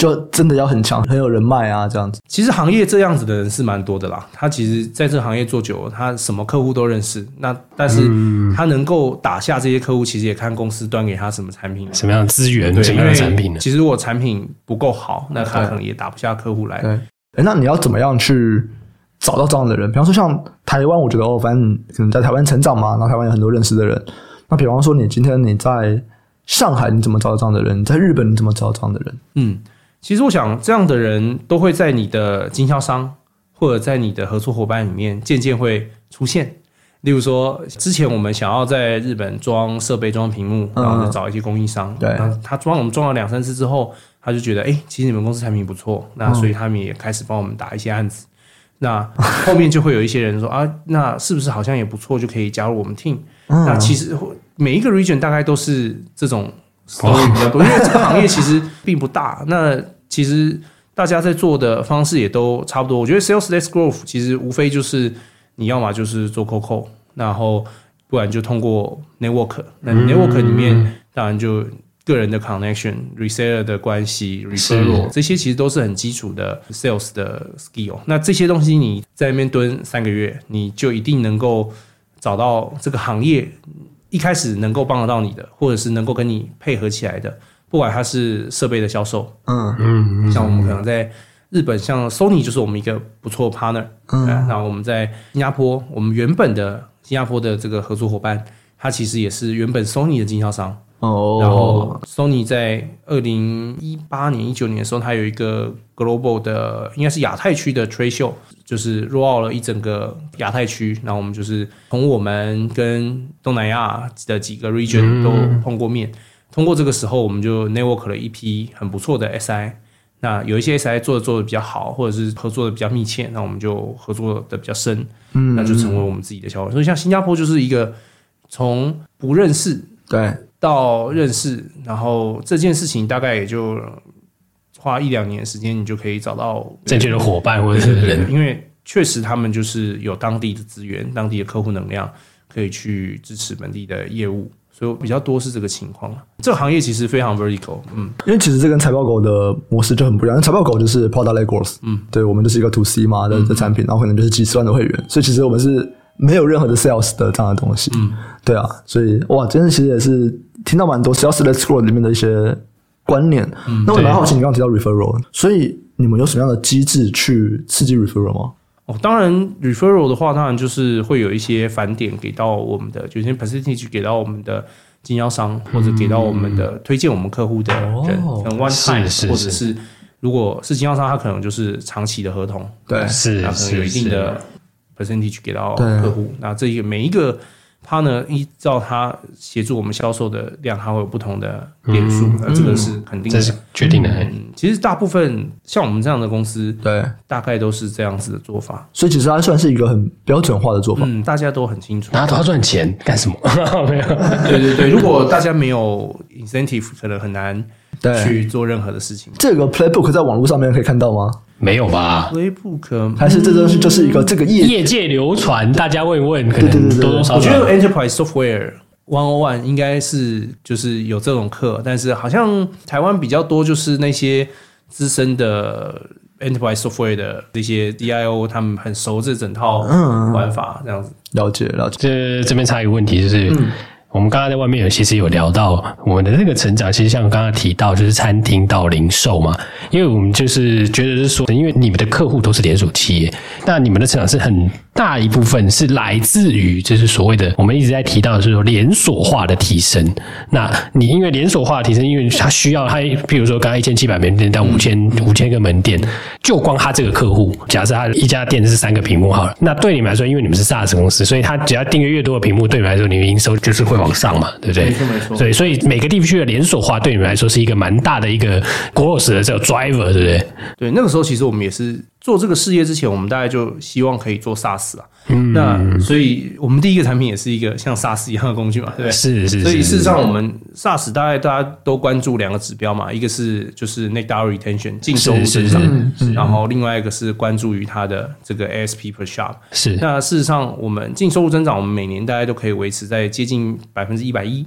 就真的要很强，很有人脉啊，这样子。 其实行业这样子的人是蛮多的啦。他其实在这个行业做久了，他什么客户都认识。那但是他能够打下这些客户，其实也看公司端给他什么产品、 什么样的资源、什么样的产品呢？ 其实如果产品不够好，那他可能也打不下客户来。 对，哎，那你要怎么样去找到这样的人？比方说像台湾，我觉得哦，反正可能在台湾成长嘛，然后台湾有很多认识的人。那比方说你今天你在上海，你怎么找到这样的人？你在日本，你怎么找到这样的人？ 嗯。其实我想，这样的人都会在你的经销商或者在你的合作伙伴里面渐渐会出现。例如说，之前我们想要在日本装设备、装屏幕，然后就找一些供应商。 对、 嗯，他装我们装了两三次之后，他就觉得，哎、欸，其实你们公司产品不错，那所以他们也开始帮我们打一些案子。那后面就会有一些人说啊，那是不是好像也不错，就可以加入我们 team？、嗯、那其实每一个 region 大概都是这种。story 比较多，因为这个行业其实并不大。那其实大家在做的方式也都差不多。我觉得 sales-led growth 其实无非就是你要么就是做 cold call， 然后不然就通过 network。那 network 里面当然就个人的 connection、reseller 的关系、referral 这些其实都是很基础的 sales 的 skill。那这些东西你在那边蹲三个月，你就一定能够找到这个行业。一开始能够帮得到你的，或者是能够跟你配合起来的，不管它是设备的销售，嗯嗯，像我们可能在日本，像 Sony 就是我们一个不错的 partner， 嗯，然后我们在新加坡，我们原本的新加坡的这个合作伙伴，他其实也是原本 Sony 的经销商，哦，然后 Sony 在二零一八年、一九年的时候，它有一个 global 的，应该是亚太区的 trade show。就是 roll out 了一整个亚太区，然后我们就是从我们跟东南亚的几个 region 都碰过面，嗯、通过这个时候我们就 network 了一批很不错的 S I， 那有一些 S I 做的做的比较好，或者是合作的比较密切，那我们就合作的比较深，嗯，那就成为我们自己的销售。所以像新加坡就是一个从不认识对到认识，然后这件事情大概也就。花一两年时间，你就可以找到正确的伙伴或者是人， 因为确实他们就是有当地的资源、当地的客户能量，可以去支持本地的业务，所以比较多是这个情况。这个行业其实非常 vertical， 嗯， 因为其实这跟财报狗的模式就很不一样。因为财报狗就是 product-led growth， 嗯，对我们就是一个 to C 嘛的的产品，然后可能就是几十万的会员，所以其实我们是没有任何的 sales 的这样的东西，嗯，对啊，所以哇，今天其实也是听到蛮多 sales-led growth 里面的一些。观念，嗯、那我蛮好奇，你刚刚提到 referral， 所以你们有什么样的机制去刺激 referral 吗？ 哦，当然 referral 的话，当然就是会有一些返点给到我们的，就是 percentage 给到我们的经销商，或者给到我们的、嗯、推荐我们客户的人，可能 one time， 或者是如果是经销商，他可能就是长期的合同， 对， 是， 那可能有一定的 percentage 给到客户，那这个每一个。他呢，依照他协助我们销售的量，他会有不同的点数，那、嗯、这个是肯定的， 这是确定的、 嗯。其实大部分像我们这样的公司， 对， 大概都是这样子的做法。 所以其实它算是一个很标准化的做法， 嗯，大家都很清楚。 然后他赚钱干什么？没有。 对对对，如果大家没有 incentive， 可能很难去做任何的事情。 这个 playbook 在网络上面可以看到吗？ 没有吧 ？Playbook 还是这东西就是一个这个业业界流传，大家问一问，可能多多少少。 我觉得 Enterprise Software一零一应该是就是有这种课，但是好像台湾比较多就是那些资深的 Enterprise Software 的这些 D I O， 他们很熟这整套玩法，这样子。 了解了解。 这这边插一个问题，就是。嗯我们刚刚在外面有其实有聊到我们的这个成长，其实像刚刚提到就是餐厅到零售嘛，因为我们就是觉得是说，因为你们的客户都是连锁企业，那你们的成长是很大一部分是来自于就是所谓的我们一直在提到的是说连锁化的提升。那你因为连锁化的提升，因为它需要它，譬如说刚刚一千七百门店到五千五千个门店，就光他这个客户，假设他一家店是三个屏幕好了，那对你们来说，因为你们是 SaaS 公司，所以他只要订阅越多的屏幕，对你们来说，你们营收就是会往上嘛，对不对？ 没错没错。 所以所以每个地区的连锁化对你们来说是一个蛮大的一个 growth 的这个 driver， 对不对？ 对，那个时候其实我们也是做这个事业之前，我们大概就希望可以做 SaaS 啊。嗯，那所以我们第一个产品也是一个像 SaaS 一样的工具嘛，对不对？ 是是是。 所以事实上，我们 SaaS 大概大家都关注两个指标嘛，一个是就是 Net Dollar Retention 净收入增长，然后另外一个是关注于它的这个 A S P per shop。 是。 那事实上，我们净收入增长，我们每年大概都可以维持在接近百分之一百一。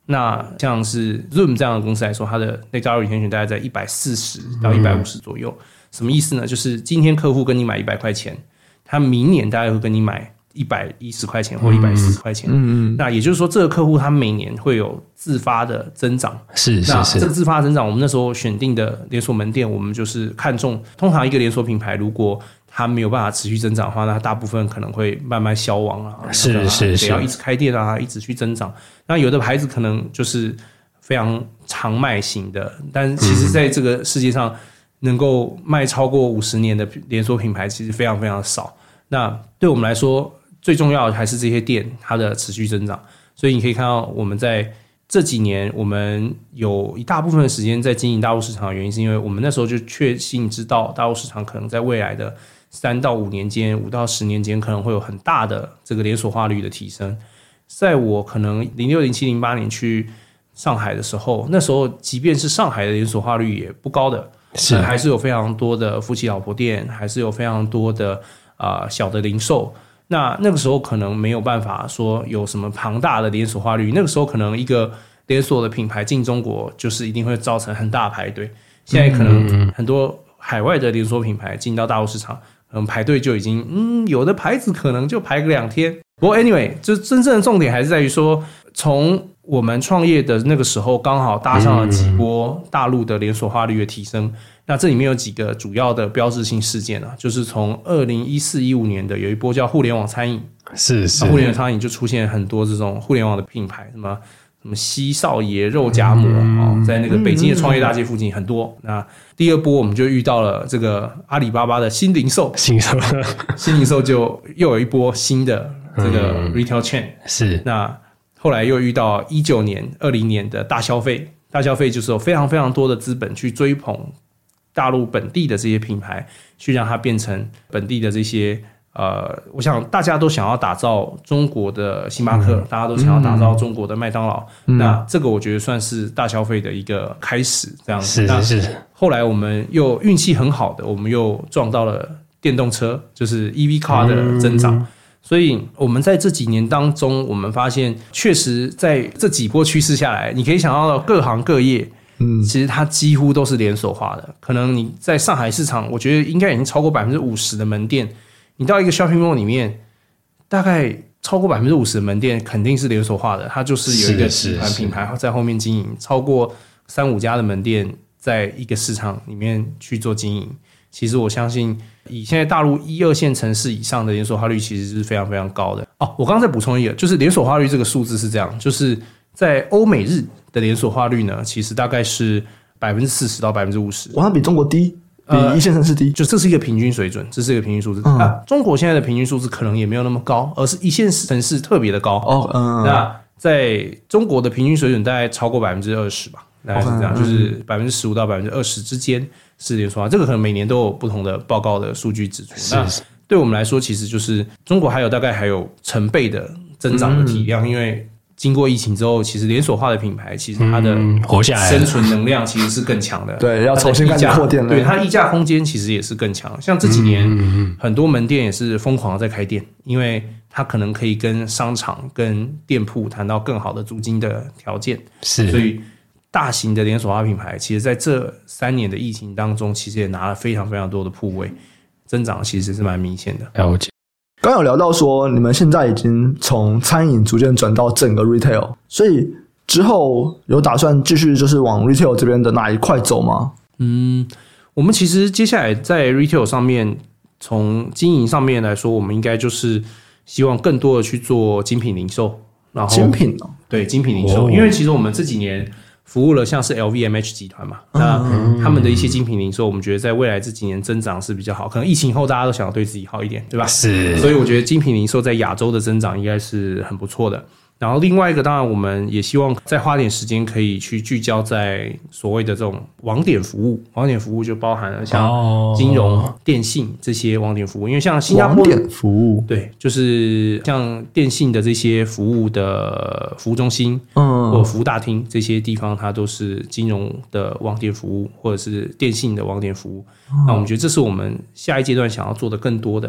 那像是 Zoom 这样的公司来说，它的 Net Dollar Retention 大概在一百四十到一百五十左右。嗯，什么意思呢？就是今天客户跟你买一百块钱，他明年大概会跟你买一百一十块钱或一百四十块钱。嗯嗯，那也就是说，这个客户他每年会有自发的增长。 是是是。 那这个自发的增长，我们那时候选定的连锁门店，我们就是看中，通常一个连锁品牌，如果它没有办法持续增长的话，那大部分可能会慢慢消亡啊。 是是是， 得要一直开店啊，一直去增长。那有的牌子可能就是非常常卖型的，但其实在这个世界上，能够卖超过五十年的连锁品牌，其实非常非常少。那对我们来说，最重要的还是这些店它的持续增长。所以你可以看到，我们在这几年，我们有一大部分的时间在经营大陆市场的原因，是因为我们那时候就确信知道大陆市场可能在未来的三到五年间、五到十年间，可能会有很大的这个连锁化率的提升。在我可能零六、零七、零八年去上海的时候，那时候即便是上海的连锁化率也不高的，是、呃、还是有非常多的夫妻老婆店，还是有非常多的呃小的零售。那那个时候可能没有办法说有什么庞大的连锁化率，那个时候可能一个连锁的品牌进中国，就是一定会造成很大的排队。现在可能很多海外的连锁品牌进到大陆市场，嗯，排队就已经，嗯，有的牌子可能就排个两天。不过 anyway， 就真正的重点还是在于说，从我们创业的那个时候，刚好搭上了几波大陆的连锁化率的提升。那这里面有几个主要的标志性事件啊，就是从二零一四、一五年的有一波叫互联网餐饮， 是是， 互联网餐饮就出现很多这种互联网的品牌，什么什么西少爷肉夹馍、嗯哦、在那个北京的创业大街附近很多。嗯、那第二波我们就遇到了这个阿里巴巴的新零售， 新零售， 新零售就又有一波新的这个 retail chain、嗯、 是。 那后来又遇到一九年、二零年的大消费，大消费就是有非常非常多的资本去追捧大陆本地的这些品牌，去让它变成本地的这些呃，我想大家都想要打造中国的星巴克、嗯、大家都想要打造中国的麦当劳、嗯、那这个我觉得算是大消费的一个开始这样子。 是是是。 后来我们又运气很好的，我们又撞到了电动车，就是 E V car 的增长、嗯，所以我们在这几年当中，我们发现确实在这几波趋势下来，你可以想到各行各业嗯，其实它几乎都是连锁化的。可能你在上海市场，我觉得应该已经超过百分之五十的门店，你到一个 shopping mall 里面，大概超过百分之五十的门店肯定是连锁化的，它就是有一个集团品牌在后面经营，超过三五家的门店在一个市场里面去做经营。其实我相信，以现在大陆一二线城市以上的连锁化率，其实是非常非常高的。哦，我刚刚再补充一个，就是连锁化率这个数字是这样，就是在欧美日的连锁化率呢，其实大概是百分之四十到百分之五十， 哇，比中国低，比一线城市低， 呃、就这是一个平均水准，这是一个平均数字。嗯、啊，中国现在的平均数字可能也没有那么高，而是一线城市特别的高。哦，嗯，那在中国的平均水准大概超过百分之二十吧，大概是这样，嗯、就是百分之十五到百分之二十之间是连锁化。这个可能每年都有不同的报告的数据指出。那对我们来说，其实就是中国还有大概还有成倍的增长的体量，嗯、因为经过疫情之后，其实连锁化的品牌，其实它的活下来生存能量其实是更强的。 对，要重新开始扩店了。 对，它溢价空间其实也是更强。像这几年，很多门店也是疯狂的在开店，因为它可能可以跟商场、跟店铺谈到更好的租金的条件。 是， 所以大型的连锁化品牌，其实在这三年的疫情当中，其实也拿了非常非常多的铺位，增长其实是蛮明显的。 了解。 刚有聊到说，你们现在已经从餐饮逐渐转到整个 retail， 所以之后有打算继续就是往 retail 这边的哪一块走吗？ 嗯，我们其实接下来在 retail 上面，从经营上面来说，我们应该就是希望更多的去做精品零售。然后精品哦， 对，精品零售，哦、因为其实我们这几年服务了像是 L V M H 集团嘛，那他们的一些精品零售，我们觉得在未来这几年增长是比较好，可能疫情后大家都想要对自己好一点，对吧？ 是， 所以我觉得精品零售在亚洲的增长应该是很不错的。然后另外一个，当然我们也希望再花点时间可以去聚焦在所谓的这种网点服务，网点服务就包含了像金融、哦、电信这些网点服务，因为像新加坡网点服务， 对，就是像电信的这些服务的服务中心，嗯，或服务大厅这些地方，它都是金融的网点服务，或者是电信的网点服务。嗯、那我们觉得这是我们下一阶段想要做的更多的。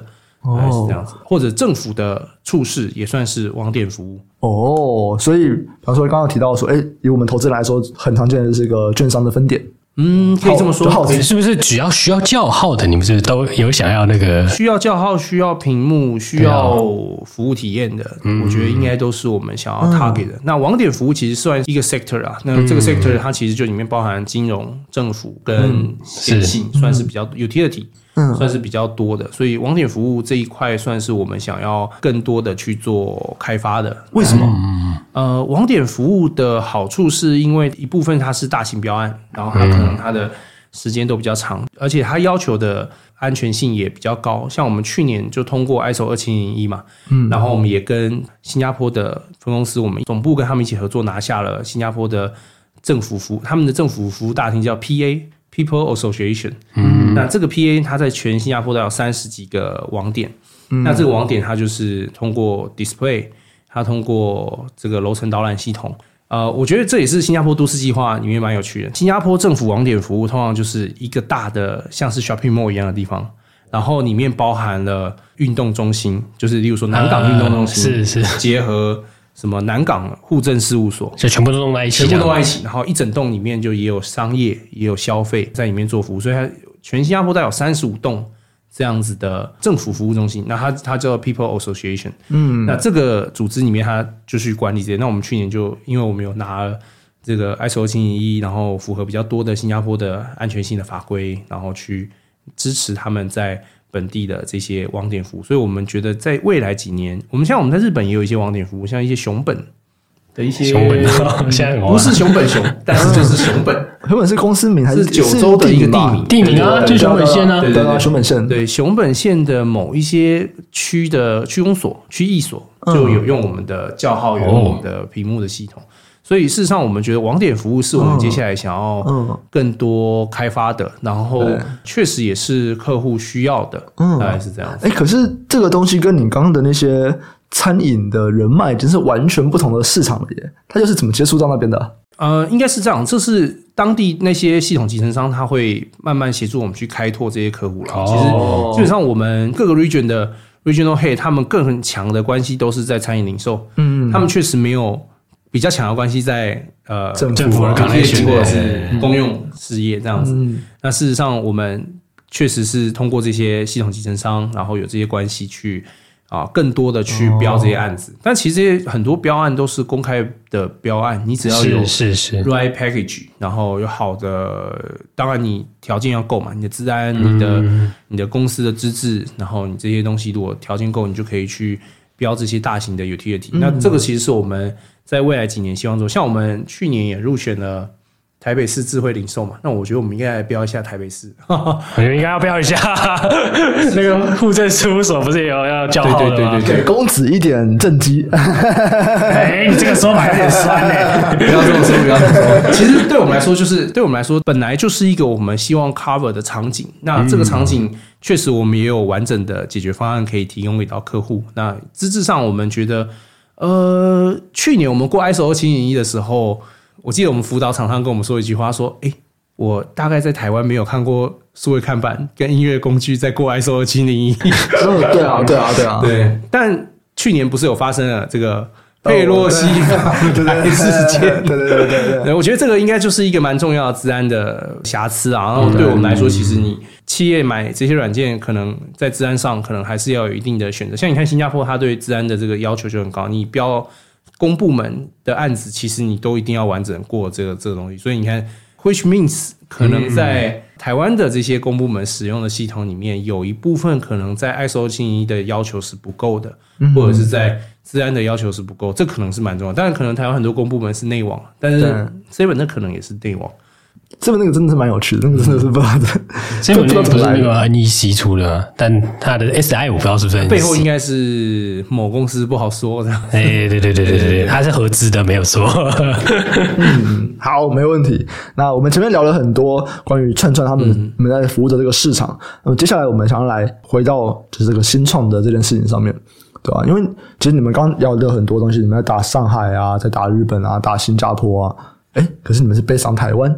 哦，是这样子，或者政府的处室也算是网点服务。 哦，所以比方说刚刚提到说，哎，以我们投资人来说，很常见的是一个券商的分点。 嗯，可以这么说。 是不是只要需要叫号的，你们是不是都有想要那个需要叫号、需要屏幕、需要服务体验的？嗯、我觉得应该都是我们想要 target 的。嗯、那网点服务其实算一个 sector 啊，那这个 sector 它其实就里面包含金融、政府跟电信，嗯、算是比较 utility。嗯，算是比较多的，所以网点服务这一块算是我们想要更多的去做开发的。 为什么？ 呃，网点服务的好处是因为一部分它是大型标案，然后它可能它的时间都比较长，而且它要求的安全性也比较高。像我们去年就通过 I S O 二七零一嘛，嗯，然后我们也跟新加坡的分公司，我们总部跟他们一起合作，拿下了新加坡的政府服务，他们的政府服务大厅叫 P A。People Association，嗯，那这个 P A 它在全新加坡都有三十几个网点，嗯、那这个网点它就是通过 display， 它通过这个楼层导览系统，呃，我觉得这也是新加坡都市计划里面蛮有趣的。新加坡政府网点服务通常就是一个大的像是 shopping mall 一样的地方，然后里面包含了运动中心，就是例如说南港运动中心， 呃、是是结合。什么南港户政事务所， 就全部都弄在一起， 全部都在一起，然后一整栋里面就也有商业，也有消费在里面做服务，所以它全新加坡大概有三十五栋这样子的政府服务中心。那它它叫 People Association， 嗯，那这个组织里面它就去管理这些。那我们去年就因为我们有拿了这个 I S O 二七零一，然后符合比较多的新加坡的安全性的法规，然后去支持他们在本地的这些网点服务，所以我们觉得在未来几年，我们像我们在日本也有一些网点服务，像一些熊本的一些熊本，现在不是熊本熊，但是就是熊本， 熊本是公司名还是九州的一个地名？ 地名啊，就是熊本县啊， 对对，熊本县。 对，熊本县的某一些区的区公所、区役所就有用我们的叫号，有用我们的屏幕的系统。所以事实上，我们觉得网点服务是我们接下来想要更多开发的，嗯、然后确实也是客户需要的，嗯、大概是这样子。 哎，可是这个东西跟你刚刚的那些餐饮的人脉，真是完全不同的市场了耶。它就是怎么接触到那边的？ 呃，应该是这样，这是当地那些系统集成商，他会慢慢协助我们去开拓这些客户了。哦、其实基本上我们各个 region 的 regional head， 他们更强的关系都是在餐饮零售，嗯，他们确实没有。比较强的关系在呃政府的行业或者是公用事业这样子。嗯、那事实上，我们确实是通过这些系统集成商，然后有这些关系去啊、呃，更多的去标这些案子。哦、但其实这些很多标案都是公开的标案，你只要有是是 right package， 然后有好的，当然你条件要够嘛，你的资安、你的、嗯、你的公司的资质，然后你这些东西如果条件够，你就可以去标这些大型的 utility。嗯、那这个其实是我们。在未来几年希望做，像我们去年也入选了台北市智慧零售嘛，那我觉得我们应该来标一下台北市， 我觉得应该要标一下那个户政事务所不是也有要叫号的吗？ 对对对对， 给公子一点政绩。 哎，你这个说法有点酸嘞， 不要这么说，不要这么说。其实对我们来说，就是对我们来说，本来就是一个我们希望 cover 的场景。那这个场景确实我们也有完整的解决方案可以提供给到客户。那资质上，我们觉得。呃，去年我们过 I S O 二七零一的时候，我记得我们辅导厂商跟我们说一句话，说：“哎，我大概在台湾没有看过数位看板跟音乐工具在过 I S O 二七零一。” 哦，对啊，对啊，对啊， 对。但去年不是有发生了这个佩洛西访台事件？ 对对对对对。 我觉得这个应该就是一个蛮重要的资安的瑕疵啊。然后对我们来说，其实你企业买这些软件，可能在资安上可能还是要有一定的选择。像你看新加坡，它对资安的这个要求就很高，你标公部门的案子，其实你都一定要完整过这个这个东西。所以你看 ，which means 可能在台湾的这些公部门使用的系统里面，有一部分可能在 I S O 二七零一的要求是不够的，或者是在资安的要求是不够，这可能是蛮重要。当然，可能台湾很多公部门是内网，但是 Seven 那可能也是内网。 这个那个真的是蛮有趣的，那个真的是不知道的。 这个不是那个 N E C 出的，但它的 S I 我不知道是不是 N E C， 背后应该是某公司不好说的。 哎，对对对对对，它是合资的，没有错。 嗯，好，没问题。那我们前面聊了很多关于串串他们你们在服务的这个市场，那么接下来我们想要来回到就是这个新创的这件事情上面。对吧、啊？因为其实你们刚刚聊的很多东西，你们在打上海啊，在打日本啊，打新加坡啊，哎，可是你们是based on台湾，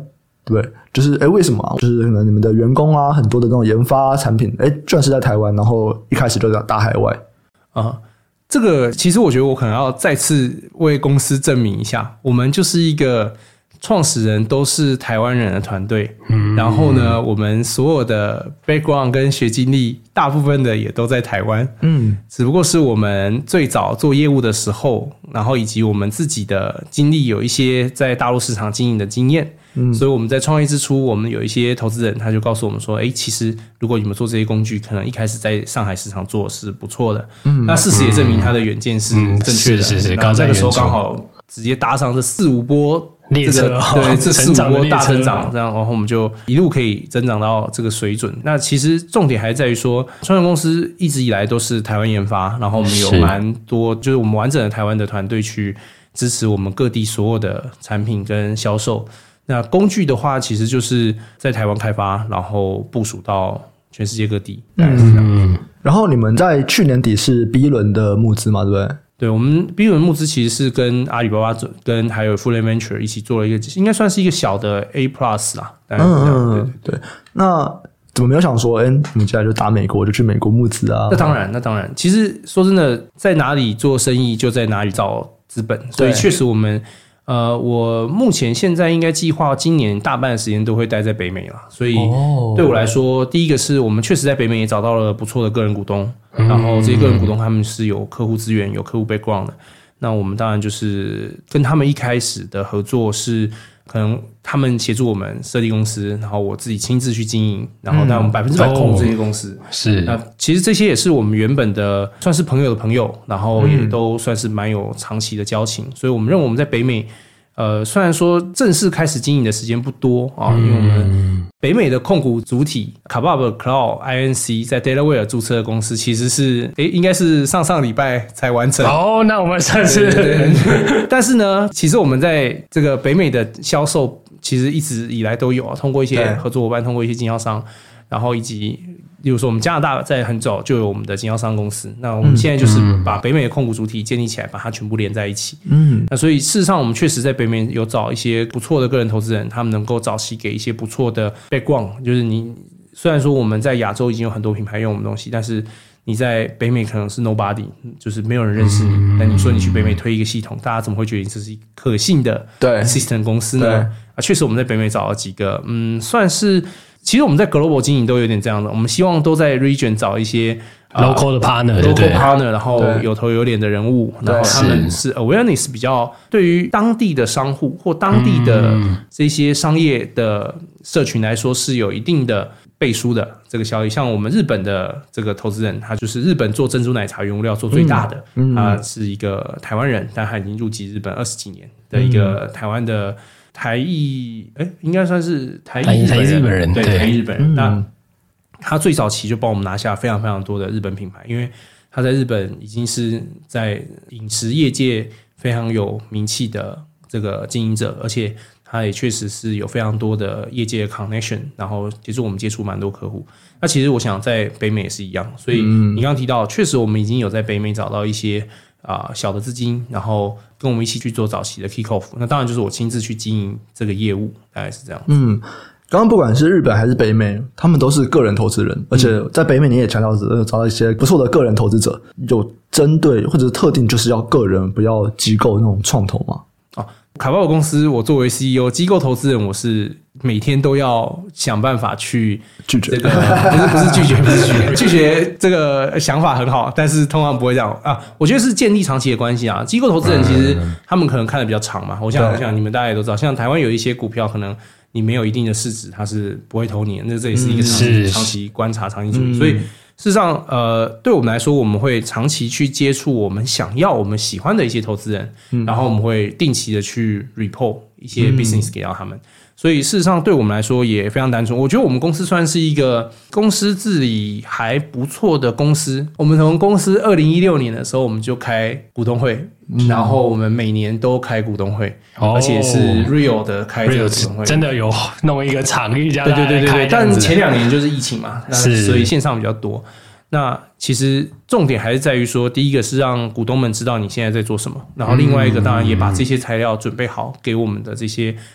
对，就是哎，为什么啊？就是可能你们的员工啊，很多的那种研发产品，哎，居然是在台湾，然后一开始就在大海外啊。这个其实我觉得我可能要再次为公司证明一下，我们就是一个创始人都是台湾人的团队，嗯，然后呢，我们所有的 background 跟学经历，大部分的也都在台湾，嗯，只不过是我们最早做业务的时候，然后以及我们自己的经历有一些在大陆市场经营的经验。嗯，所以我们在创业之初，我们有一些投资人，他就告诉我们说，哎，其实如果你们做这些工具，可能一开始在上海市场做是不错的。嗯，那事实也证明他的远见是正确的。嗯、是是是，刚在那个时候刚好直接搭上这四五波列车， 对，这四五波大增长，这样，然后我们就一路可以增长到这个水准。那其实重点还在于说，创业公司一直以来都是台湾研发，然后我们有蛮多，就是我们完整的台湾的团队去支持我们各地所有的产品跟销售。那工具的话，其实就是在台湾开发，然后部署到全世界各地。 嗯，然后你们在去年底是 B 轮的募资嘛，对不对？ 对，我们 B 轮募资其实是跟阿里巴巴跟还有 Full Venture 一起做了一个，应该算是一个小的 A Plus 啦。嗯嗯， 对对。那怎么没有想说，哎，你们接下来就打美国，就去美国募资啊？ 那当然，那当然。其实说真的，在哪里做生意，就在哪里找资本，所以确实我们。呃，我目前现在应该计划今年大半的时间都会待在北美啦，所以对我来说，第一个是我们确实在北美也找到了不错的个人股东，然后这些个人股东他们是有客户资源、有客户 background 的，那我们当然就是跟他们一开始的合作是可能他们协助我们设立公司，然后我自己亲自去经营，然后让我们百分之百控制这些公司。 嗯哦、是， 那其实这些也是我们原本的算是朋友的朋友，然后也都算是蛮有长期的交情，嗯、所以我们认为我们在北美，呃，虽然说正式开始经营的时间不多啊，因为我们北美的控股主体 Kabab Cloud I N C 在 Delaware 注册的公司，其实是诶应该是上上礼拜才完成。 哦，那我们算是， 对对对但是呢，其实我们在这个北美的销售。其实一直以来都有啊，通过一些合作伙伴，通过一些经销商，然后以及例如说我们加拿大在很早就有我们的经销商公司，那我们现在就是把北美的控股主体建立起来，把它全部连在一起。嗯，那所以事实上我们确实在北美有找一些不错的个人投资人，他们能够早期给一些不错的 background， 就是你虽然说我们在亚洲已经有很多品牌用我们东西，但是你在北美可能是 nobody， 就是没有人认识你。那、嗯、你说你去北美推一个系统，大家怎么会觉得你这是可信的 system 公司呢？啊，确实我们在北美找了几个，嗯，算是其实我们在 global 经营都有点这样的，我们希望都在 region 找一些 local 的 partner， local partner， 然后有头有脸的人物，然后他们是 awareness 比较对于当地的商户或当地的这些商业的社群来说是有一定的背书的这个效益。像我们日本的这个投资人，他就是日本做珍珠奶茶原物料做最大的，嗯嗯、他是一个台湾人，但他已经入籍日本二十几年的一个台湾的台裔，哎，应该算是台裔日本人， 对，台裔日本人。那他最早期就帮我们拿下非常非常多的日本品牌，因为他在日本已经是在饮食业界非常有名气的这个经营者，而且他也确实是有非常多的业界的 connection， 然后其实我们接触蛮多客户。那其实我想在北美也是一样，所以你刚刚提到，确实我们已经有在北美找到一些啊、呃、小的资金，然后跟我们一起去做早期的 kick off。那当然就是我亲自去经营这个业务，大概是这样子。 嗯。刚刚不管是日本还是北美，他们都是个人投资人，而且在北美你也强调有找到一些不错的个人投资者，有针对或者是特定就是要个人不要机构那种创投吗？ 哦，卡巴尔公司我作为 C E O， 机构投资人我是每天都要想办法去拒绝这个，不是不是拒绝，不是拒绝，拒绝这个想法很好，但是通常不会这样啊。我觉得是建立长期的关系啊。机构投资人其实他们可能看得比较长嘛，我想我想你们大家也都知道，像台湾有一些股票可能。你没有一定的市值，它是不会投你的。那这也是一个长期、嗯、长期观察、长期处理。所以事实上，呃，对我们来说，我们会长期去接触我们想要、我们喜欢的一些投资人，嗯、然后我们会定期的去 report 一些 business 给到他们。嗯、所以事实上，对我们来说也非常单纯。我觉得我们公司算是一个公司治理还不错的公司。我们从公司二零一六年的时候，我们就开股东会。嗯、然后我们每年都开股东会，哦、而且是 real 的开这个股东会， 真的有弄一个场域这样。 对对对对对。但前两年就是疫情嘛，是所以线上比较多。那其实重点还是在于说，第一个是让股东们知道你现在在做什么，然后另外一个当然也把这些材料准备好给我们的这些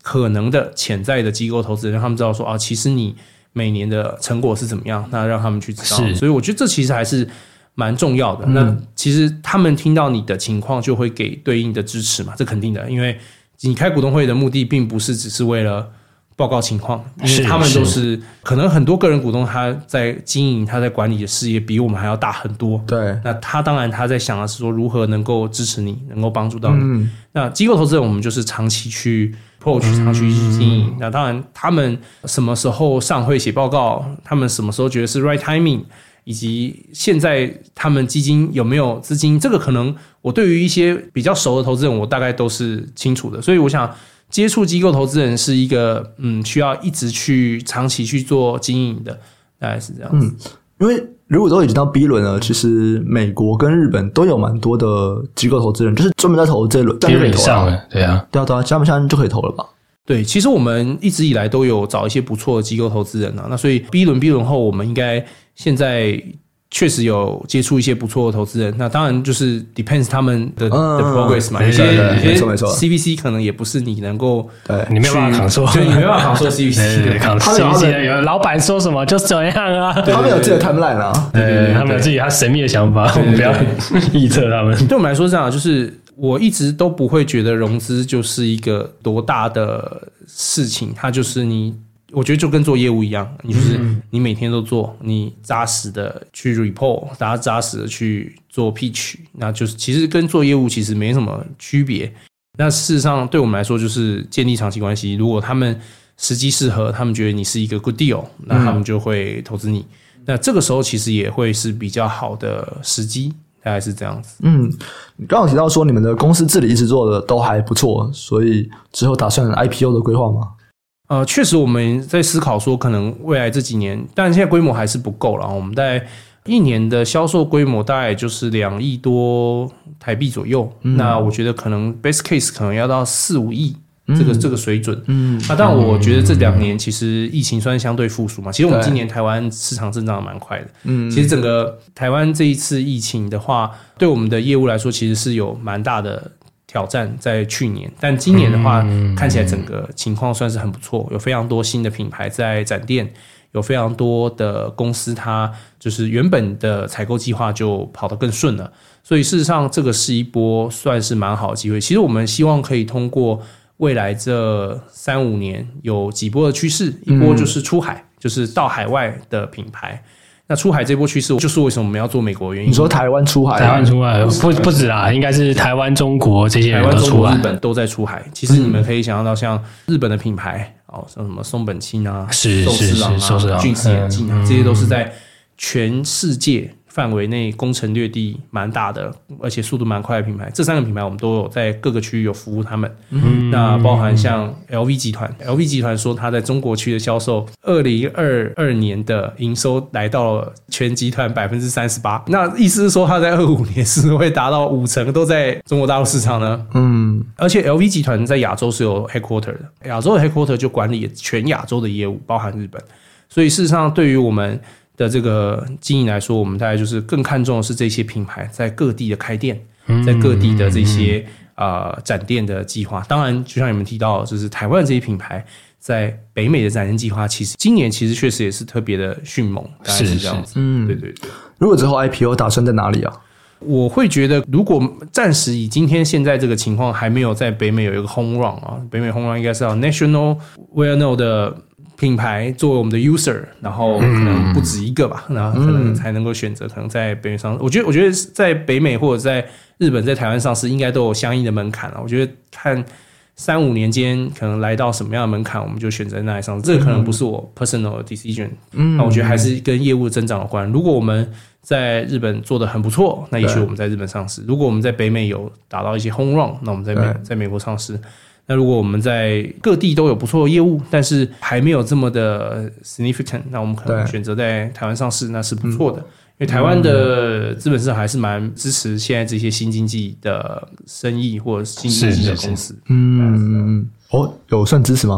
可能的潜在的机构投资人，让他们知道说啊，其实你每年的成果是怎么样，那让他们去知道。所以我觉得这其实还是蛮重要的。嗯、那其实他们听到你的情况，就会给对应的支持嘛，这肯定的，因为你开股东会的目的，并不是只是为了报告情况，因为他们都是可能很多个人股东，他在经营、他在管理的事业比我们还要大很多。 对， 那他当然他在想的是说，如何能够支持你，能够帮助到你。嗯、那机构投资人，我们就是长期去 approach， 长期去经营。嗯、那当然，他们什么时候上会写报告，他们什么时候觉得是 right timing， 以及现在他们基金有没有资金，这个可能我对于一些比较熟的投资人，我大概都是清楚的。所以我想，接触机构投资人是一个嗯，需要一直去长期去做经营的，大概是这样子。嗯， 因为如果都已经到 B 轮了，其实美国跟日本都有蛮多的机构投资人，就是专门在投这一轮 B 轮以上了，对啊， 对啊，对啊，他们现在就可以投了吧？ 对，其实我们一直以来都有找一些不错的机构投资人啊，那所以 B 轮 B 轮后，我们应该现在确实有接触一些不错的投资人，那当然就是 depends 他们的、嗯、的 progress 嘛，有些有些 C V C 可能也不是你能够， 对， 你没有办法扛说， 就你没办法扛说 C V C， 对，扛 C V C 有老板说什么就怎样啊， 他们有自己的 timeline 啊， 对对对，他们有自己他神秘的想法，我们不要臆测他们。 对我们来说是这样，就是我一直都不会觉得融资就是一个多大的事情，它就是你。我觉得就跟做业务一样，你就是你每天都做，你扎实的去 report， 大家扎实的去做 pitch， 那就是其实跟做业务其实没什么区别。那事实上对我们来说就是建立长期关系，如果他们时机适合，他们觉得你是一个 good deal， 那他们就会投资你。嗯、那这个时候其实也会是比较好的时机，大概是这样子。 嗯，你刚刚提到说你们的公司治理一直做的都还不错，所以之后打算 I P O 的规划吗？ 呃，确实我们在思考说，可能未来这几年，但现在规模还是不够了。我们在一年的销售规模大概就是两亿多台币左右。嗯、那我觉得可能 best case 可能要到四五亿这个、嗯、这个水准。嗯，那但我觉得这两年其实疫情算相对复苏嘛。其实我们今年台湾市场增长蛮快的。嗯，其实整个台湾这一次疫情的话，对我们的业务来说，其实是有蛮大的挑战在去年，但今年的话、嗯、看起来整个情况算是很不错，有非常多新的品牌在展店，有非常多的公司它就是原本的采购计划就跑得更顺了，所以事实上这个是一波算是蛮好的机会。其实我们希望可以通过未来这三五年有几波的趋势，一波就是出海、嗯、就是到海外的品牌，那出海这波趋势就是为什么我们要做美国的原因。 你说台湾出海， 台湾出海不不止啦，应该是台湾、中国这些人都出海， 台湾、中国、日本都在出海。其实你们可以想象到，像日本的品牌哦，像什么松本清啊、 是寿司郎啊、俊士眼镜啊， 嗯、 这些都是在全世界范围内攻城略地蛮大的，而且速度蛮快的品牌。这三个品牌我们都有在各个区域有服务他们。嗯、那包含像 L V 集团 ，L V 集团说它在中国区的销售，二零二二年的营收来到了全集团百分之三十八。那意思是说，它在二五年是会达到五成都在中国大陆市场呢？嗯，而且 L V 集团在亚洲是有 headquarter 的，亚洲的 headquarter 就管理全亚洲的业务，包含日本。所以事实上，对于我们的这个经营来说，我们大概就是更看重的是这些品牌在各地的开店，在各地的这些呃展店的计划。当然，就像你们提到，就是台湾的这些品牌在北美的展店计划，其实今年其实确实也是特别的迅猛，大概是这样子。嗯，对对对。 如果之后 I P O 打算在哪里啊？ 我会觉得，如果暂时以今天现在这个情况，还没有在北美有一个 home run 啊，北美 home run 应该是要 national well known 的品牌作为我们的 user， 然后可能不止一个吧，然后可能才能够选择可能在北美上市。我觉得，我觉得在北美或者在日本、在台湾上市，应该都有相应的门槛了。我觉得看三五年间可能来到什么样的门槛，我们就选择那里上市。这个可能不是我 personal 的 decision， 那我觉得还是跟业务的增长有关。如果我们在日本做得很不错，那也许我们在日本上市；如果我们在北美有达到一些 home run， 那我们在美在美国上市。那如果我们在各地都有不错的业务，但是还没有这么的 significant， 那我们可能选择在台湾上市，那是不错的。因为台湾的资本市场还是蛮支持现在这些新经济的生意或者新经济的公司。 嗯，哦，有算支持吗？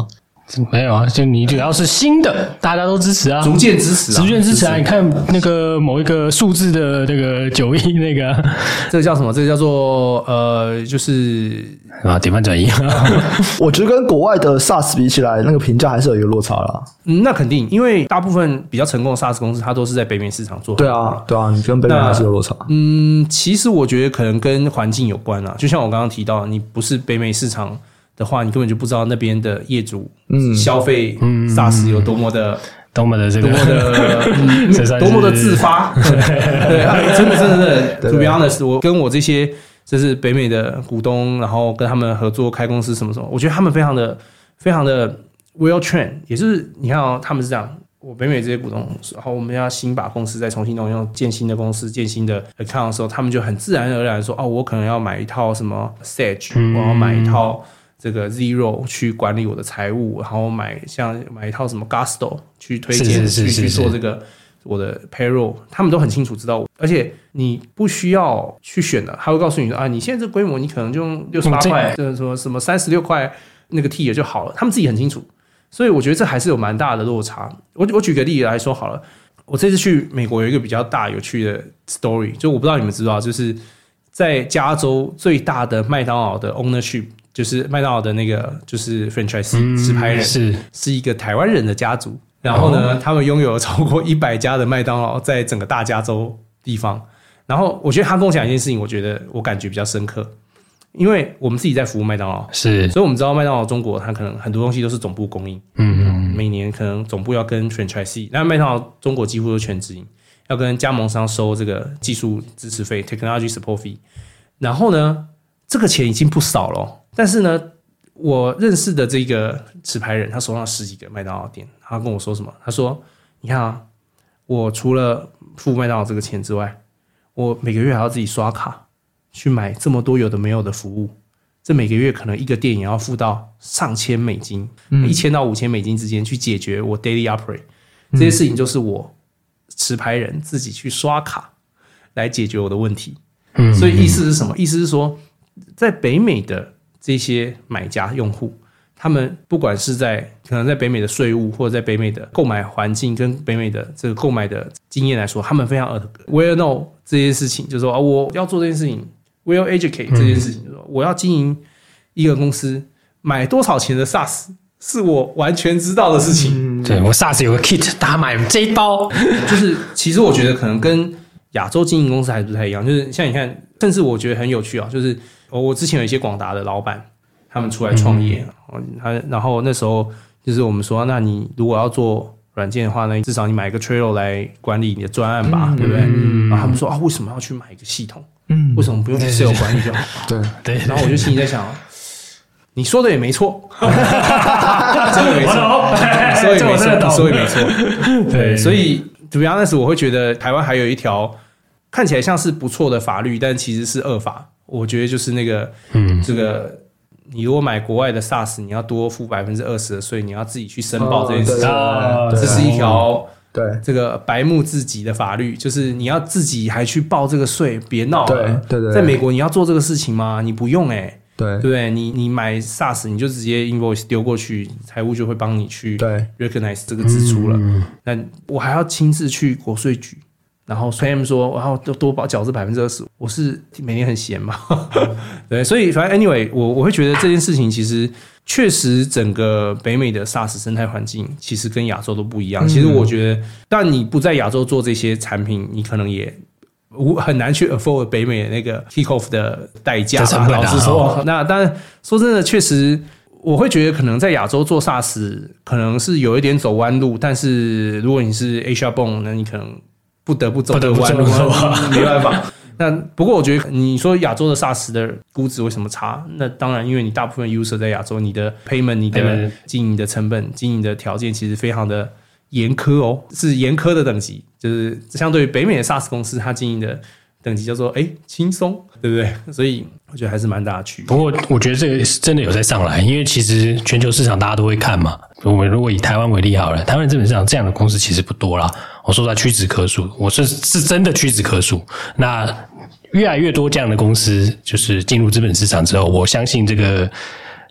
没有啊，就你只要是新的，大家都支持啊， 逐渐支持、啊， 逐渐支持啊！你看那个某一个数字的那个九亿那个、啊， 这个叫什么？这个叫做呃，就是啊，典范转移。 我觉得跟国外的 SaaS 比起来，那个评价还是有一个落差啦。 嗯，那肯定，因为大部分比较成功的 SaaS 公司，它都是在北美市场做。 对啊，对啊，你跟北美还是有落差。 嗯，其实我觉得可能跟环境有关啊。就像我刚刚提到，你不是北美市场的话，你根本就不知道那边的业主消费 SaaS 有多么的、 多么的这个、 多么的、嗯、多么的自发。对，哎、真的真的真的 ，to be honest， 我跟我这些就是北美的股东，然后跟他们合作开公司什么什么，我觉得他们非常的非常的 well trained， 也就是你看哦，他们是这样。我北美这些股东，然后我们要新把公司再重新弄，用建新的公司、建新的 account 的时候，他们就很自然而然说：“哦，我可能要买一套什么 Sage，、嗯、我要买一套这个 Zero 去管理我的财务，然后买像买一套什么 Gusto 去推荐，去去做这个我的 payroll。”他们都很清楚知道我，而且你不需要去选的，他会告诉你说：“啊，你现在这个规模，你可能就用六十八块，就是说什么三十六块那个 tier 就好了。”他们自己很清楚。所以我觉得这还是有蛮大的落差。我我举个例子来说好了，我这次去美国有一个比较大有趣的 story， 就我不知道你们知不知道，就是在加州最大的麦当劳的 ownership， 就是麦当劳的那个就是 franchisee 持牌人是是一个台湾人的家族，然后呢，哦、他们拥有超过一百家的麦当劳在整个大加州地方。然后我觉得他跟我讲一件事情，我觉得我感觉比较深刻。因为我们自己在服务麦当劳， 是， 所以我们知道麦当劳中国它可能很多东西都是总部供应，嗯嗯，每年可能总部要跟 franchisee， 那麦当劳中国几乎都全直营，要跟加盟商收这个技术支持费 technology support fee， 然后呢，这个钱已经不少了，但是呢，我认识的这个持牌人，他手上十几个麦当劳店，他跟我说什么？他说：“你看啊，我除了付麦当劳这个钱之外，我每个月还要自己刷卡。”去买这么多有的没有的服务，这每个月可能一个店也要付到上千美金，一千到五千美金之间去解决我 daily operate、嗯、这些事情，就是我持牌人自己去刷卡来解决我的问题。嗯、所以意思是什么？意思是说，在北美的这些买家用户，他们不管是在可能在北美的税务，或者在北美的购买环境跟北美的这个购买的经验来说，他们非常 well know 这件事情，就是说、啊、我要做这件事情。Will educate 这件事情，就是说我要经营一个公司，买多少钱的 SaaS 是我完全知道的事情。 嗯、对，我 SaaS 有个 kit， 大家买这一包， 就是其实我觉得可能跟亚洲经营公司还不太一样。就是像你看，甚至我觉得很有趣啊，就是我之前有一些广达的老板，他们出来创业，嗯、他然后那时候就是我们说，那你如果要做软件的话呢，至少你买一个 Trello 来管理你的专案吧，嗯、对不对？嗯、然后他们说啊，为什么要去买一个系统？嗯，为什么不用 Excel 管理就好？ 对对。 然后我就心里在想，你说的也没错，真的没错，你说也没错，你说也没错。对，所以 to be honest， 我会觉得台湾还有一条看起来像是不错的法律，但其实是恶法。我觉得就是那个，嗯，这个你如果买国外的 SaaS， 你要多付百分之二十的税，你要自己去申报这件事情，哦、这是一条。 对这个白目自己的法律，就是你要自己还去报这个税，别闹了。 对对对， 在美国你要做这个事情吗？你不用哎、欸， 对对不对？你你买 SaaS 你就直接 invoice 丢过去，财务就会帮你去 recognize 这个支出了。嗯、那我还要亲自去国税局，然后 P M 说我要多多缴这百分之二十，我是每年很闲嘛，对，所以反正 anyway， 我我会觉得这件事情其实。确实，整个北美的 SaaS 生态环境其实跟亚洲都不一样。嗯、其实我觉得，但你不在亚洲做这些产品，你可能也很难去 afford 北美的那个 kick off 的代价吧。老实说，那当然说真的，确实我会觉得可能在亚洲做 SaaS 可能是有一点走弯路，但是如果你是 Asia Born， 那你可能不得不走这个弯路，没办法。那不过我觉得你说亚洲的 SaaS 的估值为什么差？那当然因为你大部分 user 在亚洲，你的 payment、你的经营的成本、经营的条件其实非常的严苛哦，是严苛的等级，就是相对于北美的 SaaS 公司，它经营的等级叫做哎轻松，对不对？所以我觉得还是蛮大的区别。 不过我觉得这个是真的有在上来，因为其实全球市场大家都会看嘛。我们如果以台湾为例好了，台湾资本市场这样的公司其实不多啦。我说它屈指可数，我是是真的屈指可数。那越来越多这样的公司就是进入资本市场之后，我相信这个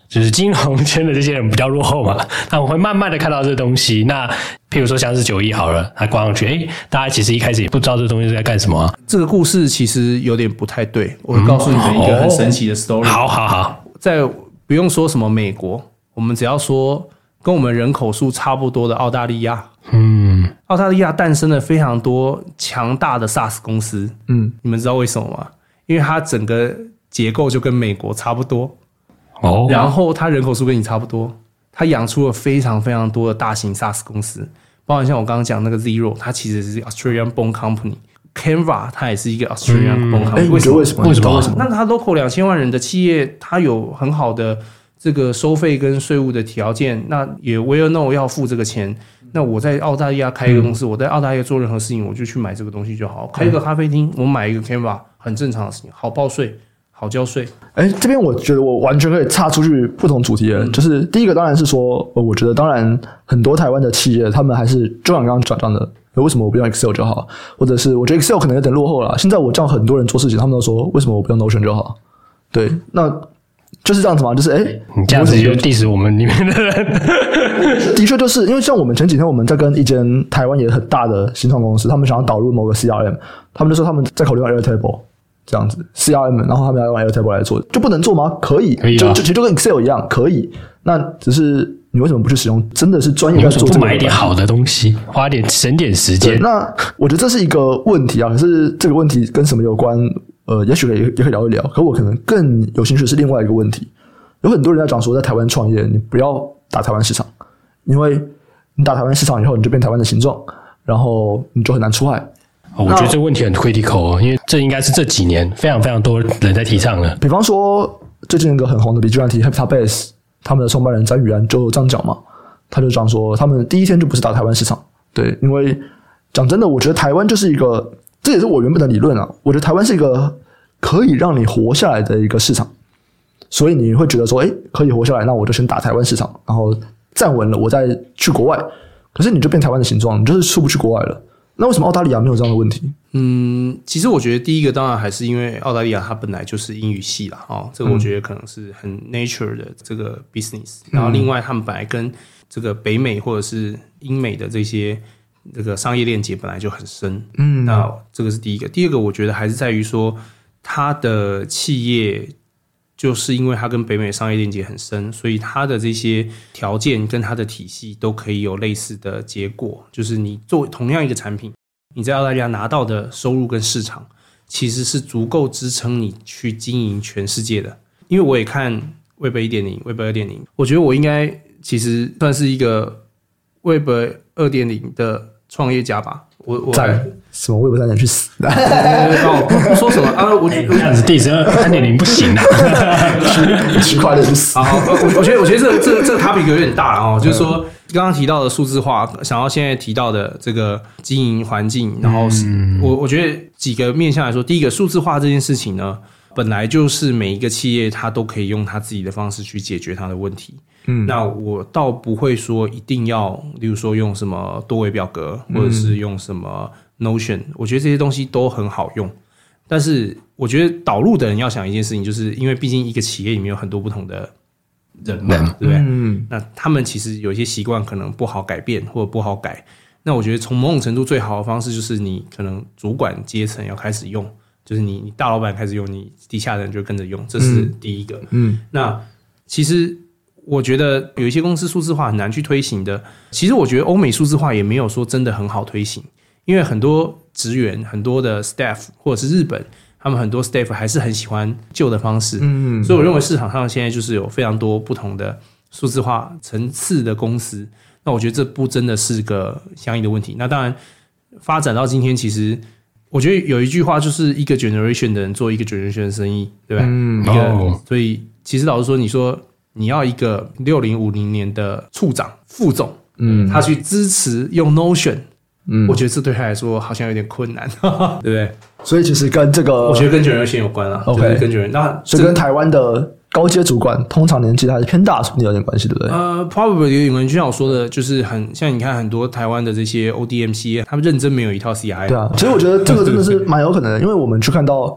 就是金融圈的这些人比较落后嘛，他们会慢慢的看到这个东西。那譬如说像是九一好了，他挂上去，哎，大家其实一开始也不知道这东西是在干什么啊。 这个故事其实有点不太对，我会告诉你们一个很神奇的 story。 好好好， 在不用说什么美国，我们只要说跟我们人口数差不多的澳大利亚，嗯，澳大利亚诞生了非常多强大的 SaaS 公司，嗯，你们知道为什么吗？因为它整个结构就跟美国差不多，哦，然后它人口数跟你差不多，它养出了非常非常多的大型 SaaS 公司，包含像我刚刚讲那个 Zero， 它其实是 Australian born company。Canva 它也是一个 Australian born company，、嗯、 为什么？为什么？ 为什么？为什么？ 那它 local 两千万人的企业，它有很好的这个收费跟税务的条件，那也 well know 要付这个钱。那我在澳大利亚开一个公司，嗯、我在澳大利亚做任何事情，我就去买这个东西就好。开一个咖啡厅，我买一个 Canva， 很正常的事情，好报税。好交税。哎， 这边我觉得我完全可以岔出去不同主题了。嗯、就是第一个当然是说，我觉得当然很多台湾的企业，他们还是就像刚刚讲这样的，为什么我不用 Excel 就好？或者是我觉得 Excel 可能有点落后了。现在我叫很多人做事情，他们都说为什么我不用 Notion 就好？对，那就是这样子嘛。就是哎， 你这样子就 diss 我们里面的人。 的确就是因为像我们前几天我们在跟一间台湾也很大的新创公司，他们想要导入某个 C R M， 他们就说他们在考虑用 Airtable。这样子 C R M， 然后他们要用 Airtable 来做，就不能做吗？可以， 可以、啊， 就就其实就跟 Excel 一样，可以。那只是你为什么不去使用？真的是专业在做这个， 不买一点好的东西，花点省点时间。 那我觉得这是一个问题啊。可是这个问题跟什么有关？呃，也许可以也可以聊一聊。可我可能更有兴趣的是另外一个问题。有很多人在讲说，在台湾创业，你不要打台湾市场，因为你打台湾市场以后，你就变台湾的形状，然后你就很难出海。 哦、我觉得这个问题很 critical，、哦、因为这应该是这几年非常非常多人在提倡的。 比方说，最近一个很红的比较软体 Heptabase， 他们的创办人詹宇安就这样讲嘛，他就讲说，他们第一天就不是打台湾市场，对，因为讲真的，我觉得台湾就是一个，这也是我原本的理论啊，我觉得台湾是一个可以让你活下来的一个市场，所以你会觉得说，哎，可以活下来，那我就先打台湾市场，然后站稳了，我再去国外。可是你就变台湾的形状，你就是出不去国外了。那为什么澳大利亚没有这样的问题？ 嗯，其实我觉得第一个当然还是因为澳大利亚它本来就是英语系啦，哦，这个我觉得可能是很 nature 的这个 business、嗯。然后另外他们本来跟这个北美或者是英美的这些这个商业链接本来就很深，嗯，那这个是第一个。第二个我觉得还是在于说它的企业。就是因为它跟北美商业链接很深，所以它的这些条件跟它的体系都可以有类似的结果。就是你做同样一个产品，你在澳大利亚拿到的收入跟市场，其实是足够支撑你去经营全世界的。因为我也看 Web 一点零、Web 二点零，我觉得我应该其实算是一个 Web 二点零的创业家吧。我我在什么我也不太能去死， 帮我不说什么啊？我这样子第十二三点零不行啊， 区块链去死。 好，我我觉得我觉得这个这个这个 topic 有点大了哦，就是说刚刚提到的数字化，想要现在提到的这个经营环境，然后我我觉得几个面向来说，第一个数字化这件事情呢，本来就是每一个企业它都可以用它自己的方式去解决它的问题。嗯，那我倒不会说一定要，例如说用什么多维表格，或者是用什么 Notion， 我觉得这些东西都很好用。但是我觉得导入的人要想一件事情，就是因为毕竟一个企业里面有很多不同的人嘛，对不对？嗯，那他们其实有一些习惯可能不好改变或者不好改。那我觉得从某种程度最好的方式就是你可能主管阶层要开始用，就是你你大老板开始用，你底下的人就跟着用，这是第一个。嗯，那其实。我觉得有一些公司数字化很难去推行的。其实我觉得欧美数字化也没有说真的很好推行，因为很多职员、很多的 staff 或者是日本，他们很多 staff 还是很喜欢旧的方式。嗯，所以我认为市场上现在就是有非常多不同的数字化层次的公司。那我觉得这不真的是个相应的问题。那当然，发展到今天，其实我觉得有一句话就是一个 generation 的人做一个 generation 的生意，对吧？嗯，一个、哦、所以其实老实说，你说。你要一个六零五零年的处长、副总，嗯，他去支持用 Notion， 嗯，我觉得这对他来说好像有点困难，对不对？ 所以其实跟这个， 我觉得跟generation有关啦 ，OK， 跟 generation， 那所以跟台湾的高阶主管通常年纪还是偏大，说不定有点关系，对不对？ 呃 ，probably 有点关系，就像我说的，就是很像你看很多台湾的这些 O D M C， 他们认真没有一套 C I， 对啊，其实我觉得这个真的是蛮有可能的，因为我们去看到。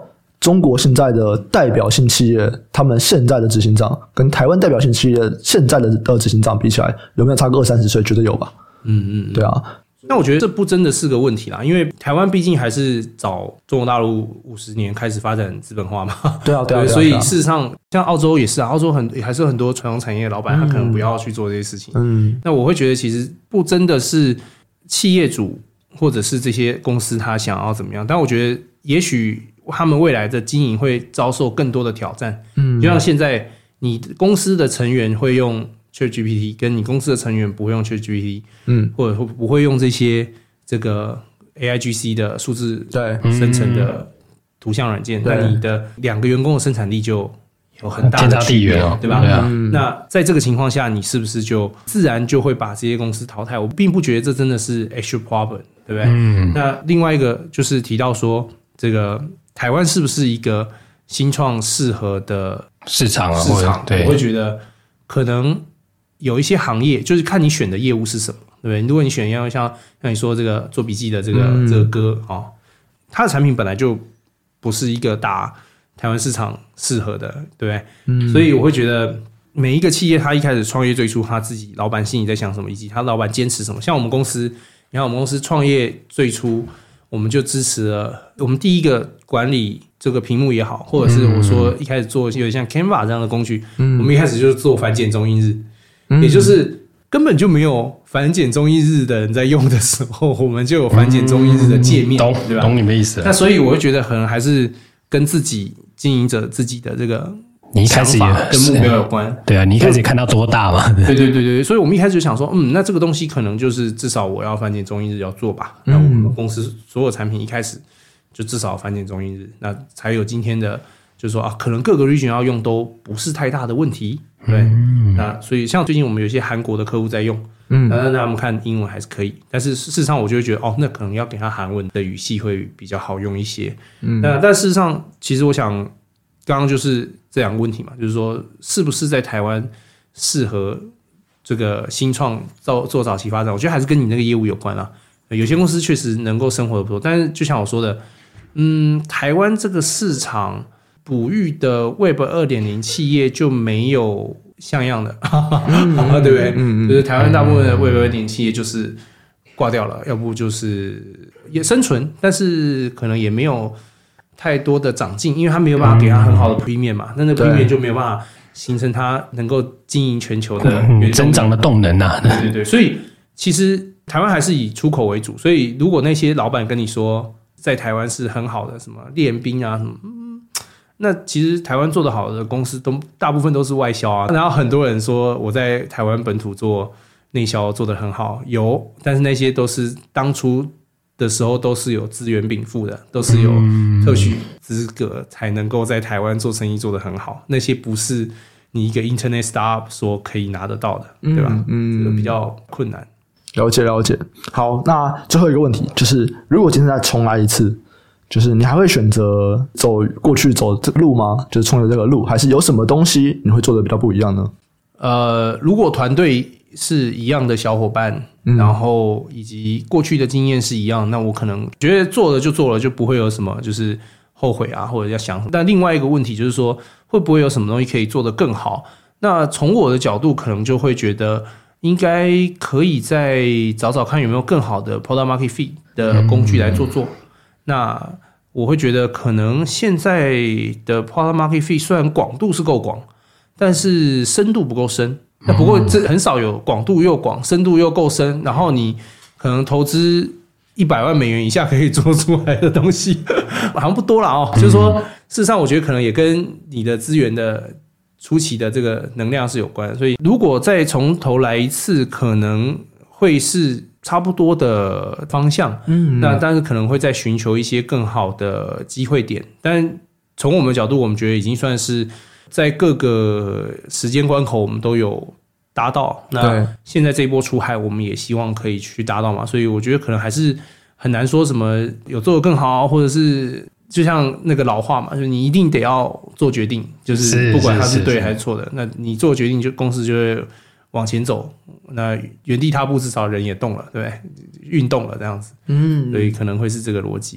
中国现在的代表性企业，他们现在的执行长跟台湾代表性企业现在的呃执行长比起来，有没有差个二三十岁？绝对有吧。 嗯嗯， 对啊。 那我觉得这不真的是个问题啦，因为台湾毕竟还是早中国大陆五十年开始发展资本化嘛。 对啊，对啊， 所以事实上，像澳洲也是啊，澳洲很还是有很多传统产业的老板，他可能不要去做这些事情。嗯，那我会觉得其实不真的是企业主或者是这些公司他想要怎么样，但我觉得也许他们未来的经营会遭受更多的挑战。嗯，就像现在你公司的成员会用ChatGPT 跟你公司的成员不会用 ChatGPT， 嗯，或者不会用这些这个 A I G C 的数字生成的图像软件，那你的两个员工的生产力就有很大的区别，对吧？对啊。那在这个情况下，你是不是就自然就会把这些公司淘汰？我并不觉得这真的是 actual problem， 对不对？嗯。那另外一个就是提到说，这个台湾是不是一个新创适合的市场啊？ 市场，我会觉得可能。有一些行业就是看你选的业务是什么，对不对？如果你选一样像像你说这个做笔记的这个、嗯、这个歌哦，它的产品本来就不是一个打台湾市场适合的，对不对？嗯、所以我会觉得每一个企业他一开始创业最初他自己老板心里在想什么，以及他老板坚持什么。像我们公司，你看我们公司创业最初我们就支持了我们第一个管理这个屏幕也好，或者是我说一开始做有点像 Canva 这样的工具，嗯、我们一开始就是做繁简中英日。也就是根本就没有繁简中英日的人在用的时候，我们就有繁简中英日的界面， 懂对吧？ 懂你们的意思。 那所以我会觉得可能还是跟自己经营者自己的这个你一开始也跟目标有关。 对啊，你一开始也看到多大嘛？ 对对对对，所以我们一开始就想说，嗯，那这个东西可能就是至少我要繁简中英日要做吧。那我们公司所有产品一开始就至少繁简中英日，那才有今天的。就是说啊，可能各个 region 要用都不是太大的问题，对。嗯、那所以像最近我们有一些韩国的客户在用，嗯，那那他们看英文还是可以，但是事实上我就会觉得哦，那可能要给他韩文的语系会比较好用一些。嗯，那但事实上，其实我想刚刚就是这两个问题嘛，就是说是不是在台湾适合这个新创做做早期发展？我觉得还是跟你那个业务有关啦。有些公司确实能够生活的不错，但是就像我说的，嗯，台湾这个市场。哺育的 Web 二点零 企业就没有像样的，嗯、对不对？嗯、就是台湾大部分的 Web 二点零 企业就是挂掉了，要不就是也生存，但是可能也没有太多的长进，因为它没有办法给它很好的 Premium 嘛，那那 Premium 就没有办法形成它能够经营全球的嗯、增长的动能啊。 对对对，所以其实台湾还是以出口为主，所以如果那些老板跟你说在台湾是很好的，什么练兵啊什么。那其实台湾做得好的公司都大部分都是外销啊，然后很多人说我在台湾本土做内销做得很好，有，但是那些都是当初的时候都是有资源禀赋的，都是有特许资格才能够在台湾做生意做得很好，那些不是你一个 Internet Startup 说可以拿得到的，对吧？嗯，这个比较困难。 了解了解。好，那最后一个问题就是，如果今天再重来一次。就是你还会选择走过去走这个路吗？就是冲着这个路，还是有什么东西你会做的比较不一样呢？ 呃，如果团队是一样的小伙伴，嗯、然后以及过去的经验是一样，那我可能觉得做了就做了，就不会有什么就是后悔啊，或者要想。但另外一个问题就是说，会不会有什么东西可以做得更好？那从我的角度，可能就会觉得应该可以再找找看有没有更好的 product market fit 的工具来做做。嗯那我会觉得，可能现在的 product market fit 虽然广度是够广，但是深度不够深。那不过这很少有广度又广、深度又够深，然后你可能投资一百万美元以下可以做出来的东西，好像不多了哦。就是说，事实上我觉得可能也跟你的资源的初期的这个能量是有关。所以如果再从头来一次，可能会是。差不多的方向，嗯，那但是可能会再寻求一些更好的机会点，但从我们的角度，我们觉得已经算是在各个时间关口我们都有达到。那现在这一波出海，我们也希望可以去达到嘛，所以我觉得可能还是很难说什么有做得更好，或者是就像那个老话嘛，就是你一定得要做决定，就是不管它是对还是错的，那你做决定，就公司就会。往前走，那原地踏步，至少人也动了，对不对？运动了这样子，嗯，所以可能会是这个逻辑。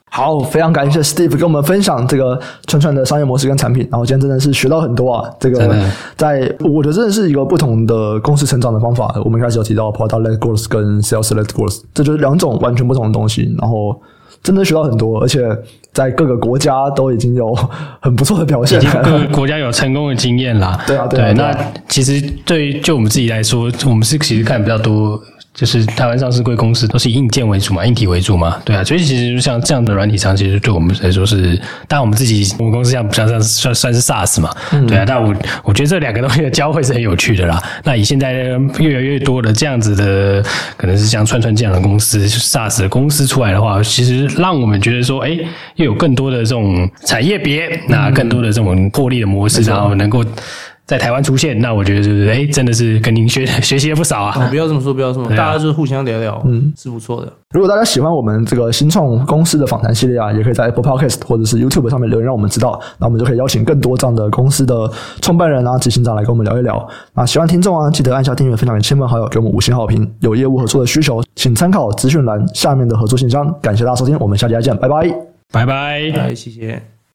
好，非常感谢 Steve 跟我们分享这个串串的商业模式跟产品，然后今天真的是学到很多啊。这个在我觉得真的是一个不同的公司成长的方法。我们一开始有提到 Product-led Growth 跟 Sales-led Growth， 这就是两种完全不同的东西，然后真的学到很多，而且在各个国家都已经有很不错的表现了， 已经各个国家有成功的经验啦。 对啊，对啊。 对，那其实对就我们自己来说，我们是其实看比较多。就是台湾上市贵公司都是以硬件为主嘛，硬体为主嘛，对啊，所以其实像这样的软体商，其实对我们来说是，当然我们自己我们公司像像像算算是 SaaS 嘛，嗯、对啊，但我我觉得这两个东西的交汇是很有趣的啦。那以现在越来越多的这样子的，可能是像串串这样的公司 SaaS 的公司出来的话，其实让我们觉得说，哎，又有更多的这种产业别，那更多的这种获利的模式，然后能够在台湾出现，那我觉得就是哎，真的是跟您学学习了不少啊！ 哦、不要这么说，不要这么说，啊、大家就是互相聊聊，嗯，是不错的。 如果大家喜欢我们这个新创公司的访谈系列啊，也可以在 Apple Podcast 或者是 YouTube 上面留言让我们知道，那我们就可以邀请更多这样的公司的创办人啊、执行长来跟我们聊一聊。那喜欢听众啊，记得按下订阅、分享给亲朋好友，给我们五星好评。有业务合作的需求，请参考资讯栏下面的合作信箱。感谢大家收听，我们下期再见，拜拜， 拜拜， 拜，谢谢。